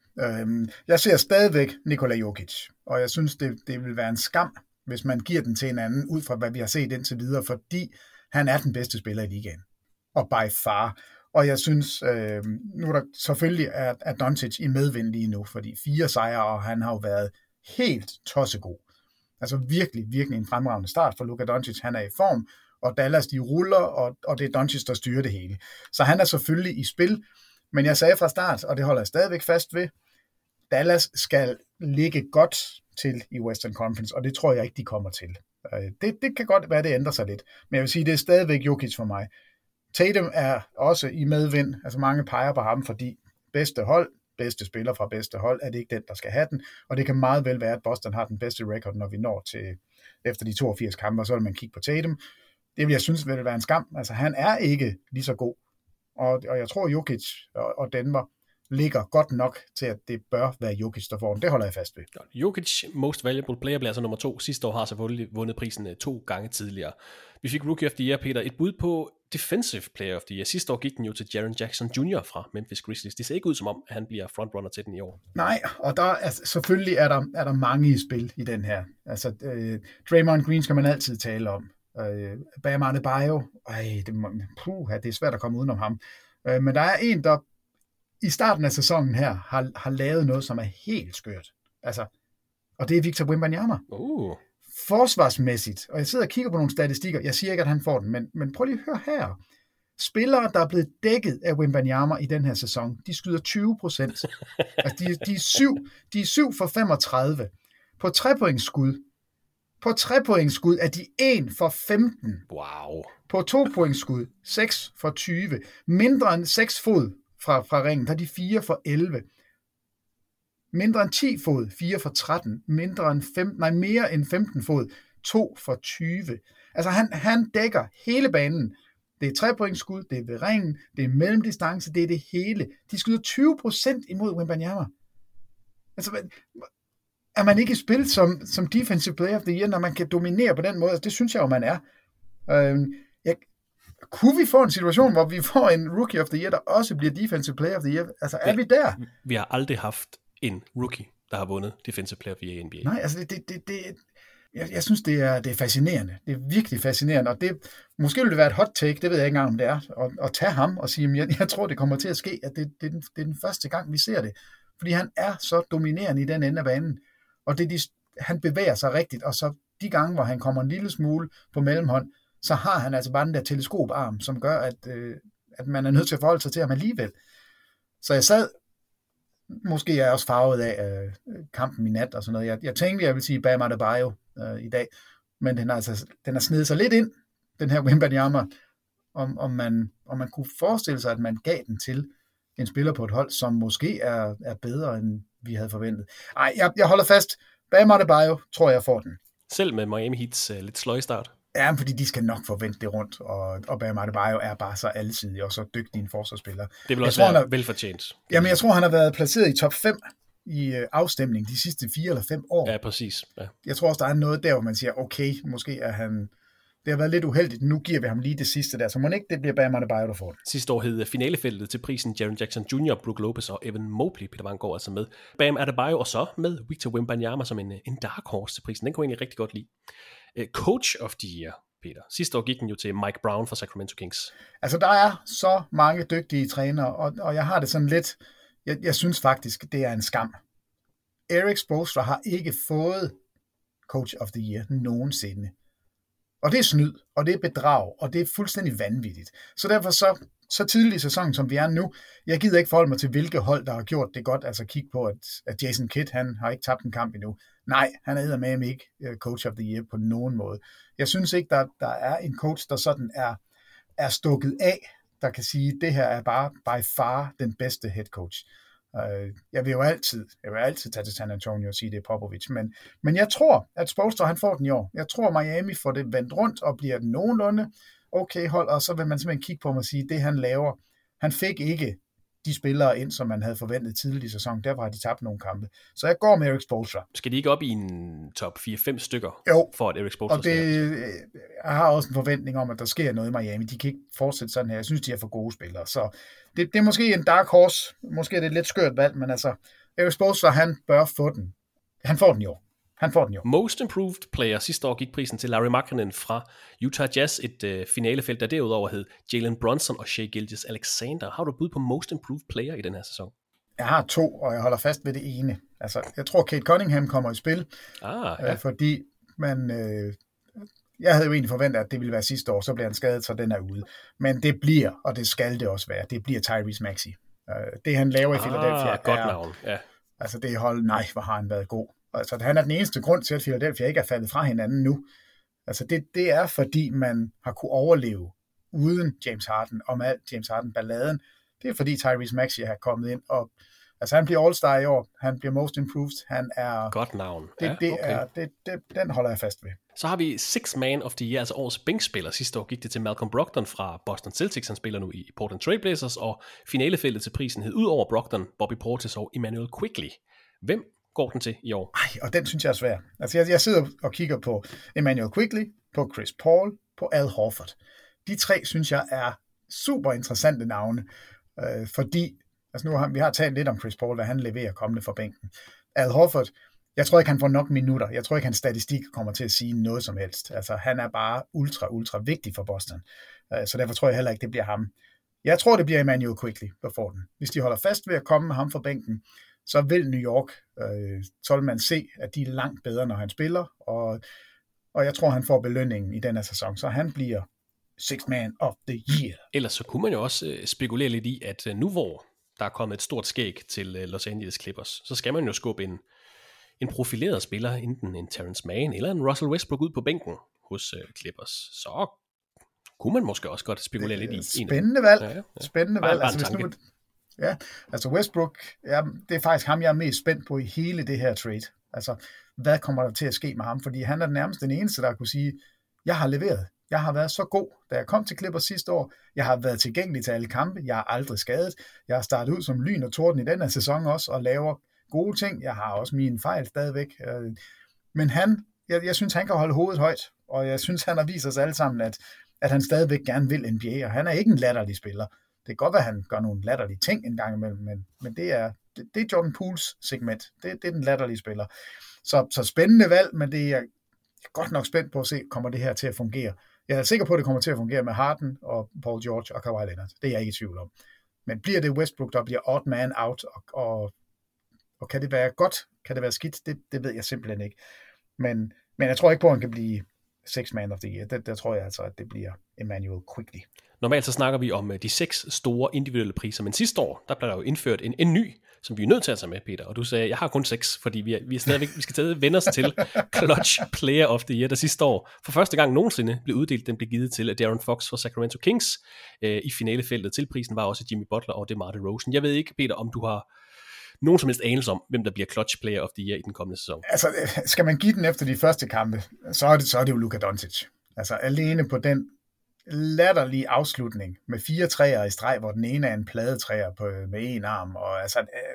Speaker 10: Jeg ser stadigvæk Nikola Jokic, og jeg synes, det, det vil være en skam, hvis man giver den til en anden, ud fra hvad vi har set indtil videre, fordi han er den bedste spiller i ligaen, og by far. Og jeg synes, øh, nu er der selvfølgelig er, er Doncic i medvind lige nu, fordi fire sejre, og han har jo været helt tossegod. Altså virkelig, virkelig en fremragende start for Luka Doncic. Han er i form, og Dallas de ruller, og, og det er Doncic, der styrer det hele. Så han er selvfølgelig i spil, men jeg sagde fra start, og det holder jeg stadigvæk fast ved, Dallas skal ligge godt til i Western Conference, og det tror jeg ikke, de kommer til. Det, det kan godt være, det ændrer sig lidt. Men jeg vil sige, det er stadigvæk Jokic for mig. Tatum er også i medvind, altså mange peger på ham, fordi bedste hold, bedste spiller fra bedste hold, er det ikke den, der skal have den, og det kan meget vel være, at Boston har den bedste record, når vi når til efter de toogfirs kampe, og så vil man kigge på Tatum. Det vil jeg synes, vil være en skam. Altså, han er ikke lige så god, og, og jeg tror, Jokic og, og Denver ligger godt nok til, at det bør være Jokic, der får den. Det holder jeg fast ved.
Speaker 9: Jokic, most valuable player, bliver altså nummer to. Sidste år har selvfølgelig vundet prisen to gange tidligere. Vi fik Rookie of the Year, Peter. Et bud på Defensive Player of the Year. Sidste år gik den jo til Jaren Jackson junior fra Memphis Grizzlies. Det ser ikke ud som om, at han bliver frontrunner til den i år.
Speaker 10: Nej, og der er, selvfølgelig er der, er der mange i spil i den her. Altså, øh, Draymond Green skal man altid tale om. Øh, Bam Adebayo, ej, det, puh, det er svært at komme udenom ham. Øh, men der er en, der i starten af sæsonen her, har, har lavet noget, som er helt skørt. Altså, og det er Victor Wembanyama.
Speaker 9: Uh.
Speaker 10: Forsvarsmæssigt, og jeg sidder og kigger på nogle statistikker, jeg siger ikke, at han får den, men, men prøv lige at høre her. Spillere, der er blevet dækket af Wembanyama i den her sæson, de skyder tyve procent. Altså, de, de, er syv, de er syv for femogtredive. På trepointsskud, på trepointsskud er de en for femten.
Speaker 9: Wow.
Speaker 10: På topointsskud, seks for tyve. Mindre end seks fod Fra, fra ringen, der er de fire for elleve. Mindre end ti fod, fire for tretten. Mindre end fem, nej, mere end femten fod, to for tyve. Altså han, han dækker hele banen. Det er trepointsskud, det er ved ringen, det er mellemdistance, det er det hele. De skyder tyve procent imod Wembanyama. Altså, er man ikke i spil som, som Defensive Player of the Year, når man kan dominere på den måde? Altså, det synes jeg jo, man er. Øhm, jeg, Kunne vi få en situation, hvor vi får en Rookie of the Year, der også bliver Defensive Player of the Year? Altså, er ja, vi der?
Speaker 9: Vi har aldrig haft en rookie, der har vundet Defensive Player of the Year i N B A.
Speaker 10: Nej, altså, det, det, det, det, jeg, jeg synes, det er, det er fascinerende. Det er virkelig fascinerende, og det, måske vil det være et hot take, det ved jeg ikke engang, om det er, at, at tage ham og sige, jeg, jeg tror, det kommer til at ske, at det, det, er den, det er den første gang, vi ser det. Fordi han er så dominerende i den ende af banen, og det, de, han bevæger sig rigtigt, og så de gange, hvor han kommer en lille smule på mellemhånd, så har han altså bare den der teleskoparm, som gør, at, øh, at man er nødt til at forholde sig til ham alligevel. Så jeg sad, måske er jeg også farvet af øh, kampen i nat og sådan noget. Jeg, jeg tænkte, jeg vil sige Bam Adebayo øh, i dag, men den har, altså, den har snedet sig lidt ind, den her Wembanyama, om, om, man, om man kunne forestille sig, at man gav den til en spiller på et hold, som måske er, er bedre, end vi havde forventet. Ej, jeg, jeg holder fast. Bam Adebayo tror jeg får den.
Speaker 9: Selv med Miami Heats uh, lidt sløje start?
Speaker 10: Ja, fordi de skal nok forvente det rundt, og, og Bam Adebayo er bare så alsidig og så dygtig en forsvarsspiller.
Speaker 9: Det vil også jeg tror, være er, velfortjent.
Speaker 10: Jamen, jeg tror, han har været placeret i top fem i øh, afstemning de sidste fire eller fem år.
Speaker 9: Ja, præcis. Ja.
Speaker 10: Jeg tror også, der er noget der, hvor man siger, okay, måske er han... Det har været lidt uheldigt. Nu giver vi ham lige det sidste der, så må ikke det bliver Bam Adebayo, der får det.
Speaker 9: Sidste år hed finalefeltet til prisen Jaren Jackson junior, Brook Lopez og Evan Mobley. Peter Wang går altså med Bam Adebayo, og så med Victor Wembanyama som en, en dark horse til prisen. Den kunne jeg egentlig rigtig godt lide. Uh, Coach of the Year, Peter. Sidste år gik den jo til Mike Brown fra Sacramento Kings.
Speaker 10: Altså, der er så mange dygtige trænere, og, og jeg har det sådan lidt... Jeg, jeg synes faktisk, det er en skam. Erik Spoelstra har ikke fået Coach of the Year nogensinde. Og det er snyd, og det er bedrag, og det er fuldstændig vanvittigt. Så derfor så, så tidlig i sæsonen, som vi er nu, jeg gider ikke forholde mig til, hvilke hold, der har gjort det godt. Altså kig på, at, at Jason Kidd, han har ikke tabt en kamp endnu. Nej, han er eddermame ikke Coach of the Year på nogen måde. Jeg synes ikke, der, der er en coach, der sådan er, er stukket af, der kan sige, at det her er bare by far den bedste head coach. Jeg vil jo altid, jeg vil altid tage til San Antonio og sige, det er Popovich, men, men jeg tror, at Spoelstra han får den i år. Jeg tror, Miami får det vendt rundt og bliver nogenlunde okay hold, og så vil man simpelthen kigge på ham og sige, det han laver, han fik ikke de spillere ind, som man havde forventet tidligt i sæsonen. Derfor har de tabt nogle kampe. Så jeg går med Erik Spoelstra.
Speaker 9: Skal de ikke op i en top fire fem stykker
Speaker 10: jo,
Speaker 9: for at Erik Spoelstra?
Speaker 10: Og det, jeg har også en forventning om, at der sker noget i Miami. De kan ikke fortsætte sådan her. Jeg synes, de er for gode spillere. Så det, det er måske en dark horse. Måske er det et lidt skørt valg, men altså, Erik Spoelstra, han bør få den. Han får den i år. Han får den jo.
Speaker 9: Most Improved Player. Sidste år gik prisen til Larry Markkanen fra Utah Jazz, et øh, finalefelt, der derudover hed Jalen Brunson og Shai Gilgeous-Alexander. Har du bud på Most Improved Player i den her sæson?
Speaker 10: Jeg har to, og jeg holder fast ved det ene. Altså, jeg tror, Kate Cunningham kommer i spil,
Speaker 9: ah, ja.
Speaker 10: øh, fordi man... Øh, jeg havde jo egentlig forventet, at det ville være sidste år, så bliver han skadet, så den er ude. Men det bliver, og det skal det også være, det bliver Tyrese Maxey. Øh, det han laver i Philadelphia
Speaker 9: ah, godt
Speaker 10: er...
Speaker 9: navn. Ja.
Speaker 10: Altså det hold, nej, hvor har han været god. Altså, han er den eneste grund til, at Philadelphia ikke er faldet fra hinanden nu. Altså, det, det er, fordi man har kunne overleve uden James Harden, om alt James Harden-balladen. Det er, fordi Tyrese Maxey har kommet ind, og altså, han bliver All-Star i år, han bliver Most Improved, han er...
Speaker 9: Godt navn.
Speaker 10: Det,
Speaker 9: ja,
Speaker 10: det
Speaker 9: okay.
Speaker 10: er, det, det, den holder jeg fast ved.
Speaker 9: Så har vi Six Man of the Year, altså årets bænkspiller. Sidste år gik det til Malcolm Brogdon fra Boston Celtics, han spiller nu i Portland Trail Blazers, og finalefeltet til prisen hed ud over Brogdon, Bobby Portis og Emmanuel Quickley. Hvem går den til i år?
Speaker 10: Ej, og den synes jeg er svær. Altså, jeg, jeg sidder og kigger på Emmanuel Quickley, på Chris Paul, på Al Horford. De tre, synes jeg, er super interessante navne, øh, fordi, altså nu har vi har talt lidt om Chris Paul, hvad han leverer kommende fra bænken. Al Horford, jeg tror ikke, han får nok minutter. Jeg tror ikke, hans statistik kommer til at sige noget som helst. Altså, han er bare ultra, ultra vigtig for Boston. Øh, så derfor tror jeg heller ikke, det bliver ham. Jeg tror, det bliver Emmanuel Quickley, der får den. Hvis de holder fast ved at komme med ham fra bænken, så vil New York, øh, så vil man se, at de er langt bedre, når han spiller, og, og jeg tror, han får belønningen i den her sæson, så han bliver Sixth Man of the Year.
Speaker 9: Ellers så kunne man jo også øh, spekulere lidt i, at øh, nu hvor der er kommet et stort skæg til øh, Los Angeles Clippers, så skal man jo skubbe en, en profileret spiller, enten en Terrence Mann eller en Russell Westbrook ud på bænken hos øh, Clippers. Så kunne man måske også godt spekulere lidt i.
Speaker 10: Spændende valg.
Speaker 9: Ja, ja.
Speaker 10: Spændende
Speaker 9: bare,
Speaker 10: valg.
Speaker 9: bare
Speaker 10: Altså, hvis nu, ja, altså Westbrook, ja, det er faktisk ham, jeg er mest spændt på i hele det her trade. Altså, hvad kommer der til at ske med ham? Fordi han er nærmest den eneste, der kunne sige, jeg har leveret. Jeg har været så god, da jeg kom til Clippers sidste år. Jeg har været tilgængelig til alle kampe. Jeg har aldrig skadet. Jeg har startet ud som lyn og torden i den her sæson også, og laver gode ting. Jeg har også mine fejl stadigvæk. Men han, jeg, jeg synes, han kan holde hovedet højt, og jeg synes, han har vist os alle sammen, at, at han stadigvæk gerne vil N B A, og han er ikke en latterlig spiller. Det kan godt være, at han gør nogle latterlige ting en gang imellem, men, men det, er, det, det er Jordan Pooles segment. Det, det er den latterlige spiller. Så, så spændende valg, men det er jeg er godt nok spændt på at se, kommer det her til at fungere. Jeg er sikker på, at det kommer til at fungere med Harden og Paul George og Kawhi Leonard. Det er jeg ikke i tvivl om. Men bliver det Westbrook, der bliver odd man out, og, og, og kan det være godt? Kan det være skidt? Det, det ved jeg simpelthen ikke. Men, men jeg tror ikke på, at han kan blive Sixth Man of the Year. Der, der tror jeg altså, at det bliver Emmanuel Quickley.
Speaker 9: Normalt så snakker vi om de seks store individuelle priser, men sidste år, der blev der jo indført en, en ny, som vi er nødt til at tage med, Peter. Og du sagde, jeg har kun seks, fordi vi, er, vi, er stadigvæk, vi skal stadig vende os til Clutch Player of the Year, der sidste år for første gang nogensinde blev uddelt. Den blev givet til De'Aaron Fox fra Sacramento Kings. Øh, I finalefeltet til prisen var også Jimmy Butler og DeMar DeRozan. Jeg ved ikke, Peter, om du har nogen som helst anelse om, hvem der bliver Clutch Player of the Year i den kommende sæson.
Speaker 10: Altså, skal man give den efter de første kampe, så er det, så er det jo Luka Doncic. Altså alene på den latterlige afslutning med fire træer i streg, hvor den ene er en pladetræer på, med en arm. Og, altså, øh,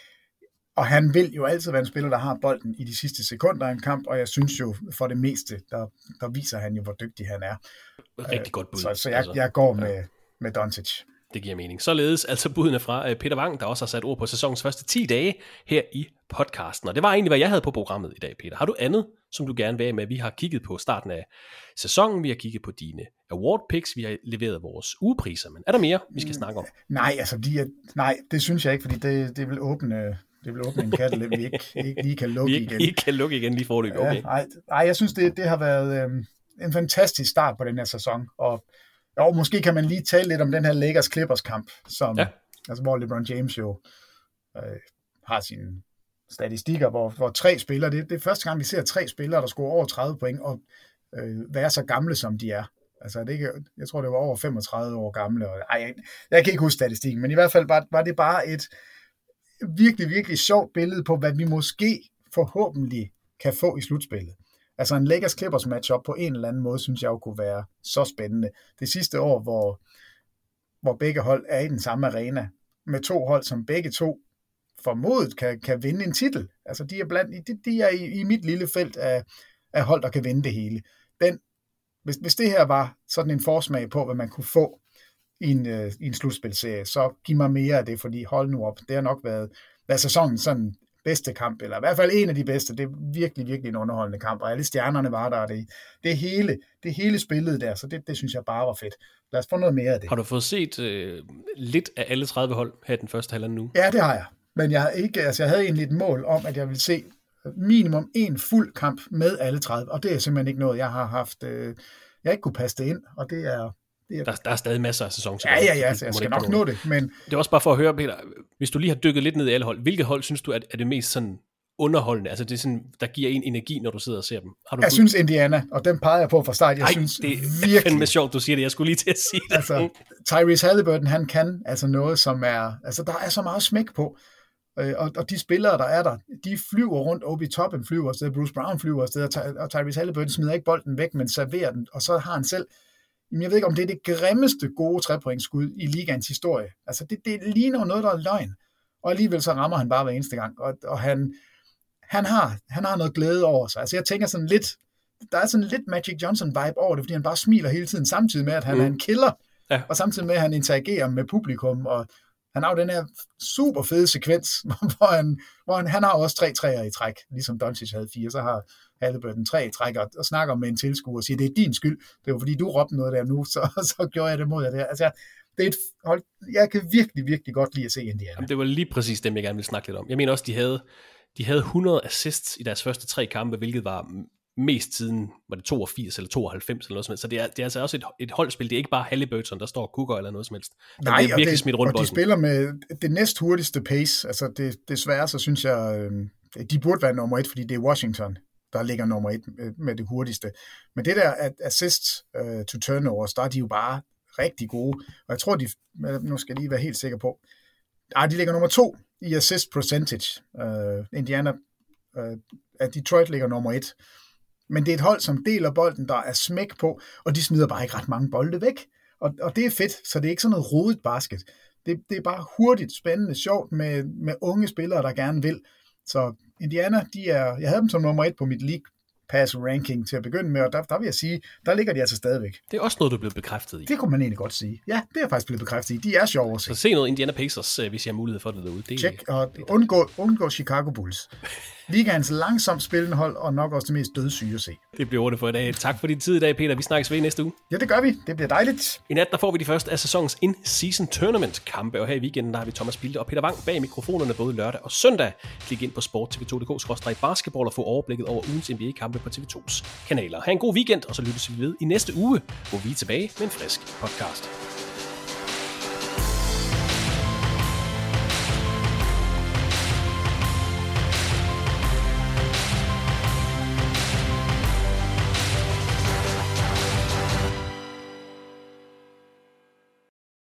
Speaker 10: og han vil jo altid være en spiller, der har bolden i de sidste sekunder af en kamp, og jeg synes jo for det meste, der, der viser han jo, hvor dygtig han er.
Speaker 9: Rigtig godt bud.
Speaker 10: Så, så jeg, jeg går med, ja. med Doncic.
Speaker 9: Det giver mening. Således altså budene fra Peter Wang, der også har sat ord på sæsonens første ti dage her i podcasten. Og det var egentlig, hvad jeg havde på programmet i dag, Peter. Har du andet, som du gerne vil have med? Vi har kigget på starten af sæsonen, vi har kigget på dine award picks, vi har leveret vores ugepriser, men er der mere, vi skal snakke om?
Speaker 10: Nej, altså de er, nej, det synes jeg ikke, fordi det, det vil åbne... Det vil åbne en katte, vi ikke, ikke lige kan lukke
Speaker 9: vi ikke,
Speaker 10: igen.
Speaker 9: Vi ikke kan lukke igen lige forløb. Okay.
Speaker 10: Ja, nej, nej, jeg synes, det, det har været øhm, en fantastisk start på den her sæson. Og jo, måske kan man lige tale lidt om den her Lakers-Clippers-kamp, som, ja. altså, hvor LeBron James jo øh, har sine statistikker, hvor, hvor tre spillere, det, det er første gang, vi ser tre spillere, der scorer over tredive point, og øh, være så gamle, som de er. Altså, det ikke, jeg tror, det var over femogtredive år gamle. Og, ej, jeg, jeg kan ikke huske statistikken, men i hvert fald var, var det bare et virkelig, virkelig sjovt billede på, hvad vi måske forhåbentlig kan få i slutspillet. Altså en Lakers Clippers matchup på en eller anden måde, synes jeg jo kunne være så spændende. Det sidste år, hvor, hvor begge hold er i den samme arena, med to hold, som begge to formodet kan, kan vinde en titel. Altså de er, blandt, de, de er i, i mit lille felt af, af hold, der kan vinde det hele. Den, hvis, hvis det her var sådan en forsmag på, hvad man kunne få i en, øh, i en slutspilserie, så giv mig mere af det, fordi hold nu op, det har nok været, været sæsonens sådan bedste kamp, eller i hvert fald en af de bedste. Det er virkelig, virkelig en underholdende kamp, og alle stjernerne var der, det, det hele, det hele spillet der, så det, det synes jeg bare var fedt. Lad os få noget mere af det.
Speaker 9: Har du fået set øh, lidt af alle tredive hold her den første halvanden uge?
Speaker 10: Ja, det har jeg, men jeg, har ikke, altså, jeg havde egentlig et mål om, at jeg ville se minimum en fuld kamp med alle tredive, og det er simpelthen ikke noget, jeg har haft, øh, jeg ikke kunne passe det ind, og det er
Speaker 9: Der, der er stadig masser af sæson.
Speaker 10: Ja, ja, ja, så jeg skal nok nå det. Men
Speaker 9: det er også bare for at høre, Peter, hvis du lige har dykket lidt ned i alle hold, hvilke hold synes du er, er det mest sådan underholdende? Altså det er sådan, der giver en energi, når du sidder og ser dem. Har du
Speaker 10: jeg synes Indiana, og den peger jeg på fra start. Jeg
Speaker 9: Ej,
Speaker 10: synes
Speaker 9: det er
Speaker 10: virkelig
Speaker 9: fandme sjovt, du siger det. Jeg skulle lige til at sige det.
Speaker 10: Altså, Tyrese Halliburton, han kan altså noget, som er, altså der er så meget smæk på. Og, og de spillere, der er der, de flyver rundt. Obi Toppin flyver afsted, Bruce Brown flyver afsted, og Tyrese Halliburton smider ikke bolden væk, men serverer den, og så har han selv. Jeg ved ikke, om det er det grimmeste gode trepointsskud i ligaens historie. Altså, det, det ligner noget, der er løgn. Og alligevel så rammer han bare hver eneste gang. Og, og han, han, har, han har noget glæde over sig. Altså, jeg tænker sådan lidt, der er sådan lidt Magic Johnson-vibe over det, fordi han bare smiler hele tiden, samtidig med, at han mm. er en killer, ja. Og samtidig med, at han interagerer med publikum, og han har jo den her super fede sekvens, hvor han, hvor han, han har også tre træer i træk, ligesom Doncic havde fire, så har Halliburton tre i træk, og, og snakker med en tilskuer og siger, det er din skyld, det var fordi du råbte noget der nu, så, så gjorde jeg det mod jer der. Altså, det er et hold, jeg kan virkelig, virkelig godt lide at se Indiana.
Speaker 9: Jamen, det var lige præcis dem, jeg gerne ville snakke lidt om. Jeg mener også, de havde, de havde hundrede assists i deres første tre kampe, hvilket var mest siden, var det toogfirs eller tooghalvfems eller noget som helst. Så det er, det er altså også et, et holdspil. Det er ikke bare Halliburton, der står og kukker eller noget som helst.
Speaker 10: Nej, det er virkelig smidt rundt og de spiller med det næst hurtigste pace. Altså det, desværre så synes jeg, øh, de burde være nummer et, fordi det er Washington, der ligger nummer et med det hurtigste. Men det der at assist uh, to turnovers, der er de jo bare rigtig gode. Og jeg tror, de, nu skal jeg lige være helt sikker på, ah, de ligger nummer to i assist percentage. Uh, Indiana, uh, at Detroit ligger nummer et. Men det er et hold, som deler bolden, der er smæk på, og de smider bare ikke ret mange bolde væk. Og, og det er fedt, så det er ikke sådan noget rodet basket. Det, det er bare hurtigt, spændende, sjovt med, med unge spillere, der gerne vil. Så Indiana, de er, jeg havde dem som nummer et på mit League Pass ranking til at begynde med, og der, der vil jeg sige, der ligger de altså stadigvæk.
Speaker 9: Det er også noget, du er blevet bekræftet i.
Speaker 10: Det kunne man egentlig godt sige. Ja, det er faktisk blevet bekræftet i. De er sjove at se.
Speaker 9: Så se noget Indiana Pacers, hvis jeg har mulighed for det derude. Det,
Speaker 10: Check, og det, undgå, undgå Chicago Bulls. Ligaens langsomt spillende hold, og nok også det mest dødssyge at se.
Speaker 9: Det bliver ordet for i dag. Tak for din tid i dag, Peter. Vi snakkes ved i næste uge.
Speaker 10: Ja, det gør vi. Det bliver dejligt.
Speaker 9: I nat der får vi de første af sæsonens in-season tournament kampe, og her i weekenden der har vi Thomas Bilde og Peter Wang bag mikrofonerne både lørdag og søndag. Klik ind på sport t v to punktum d k skråstreg basketball og få overblikket over ugens N B A-kampe på T V tos kanaler. Ha' en god weekend, og så lyttes vi ved i næste uge, hvor vi er tilbage med en frisk podcast.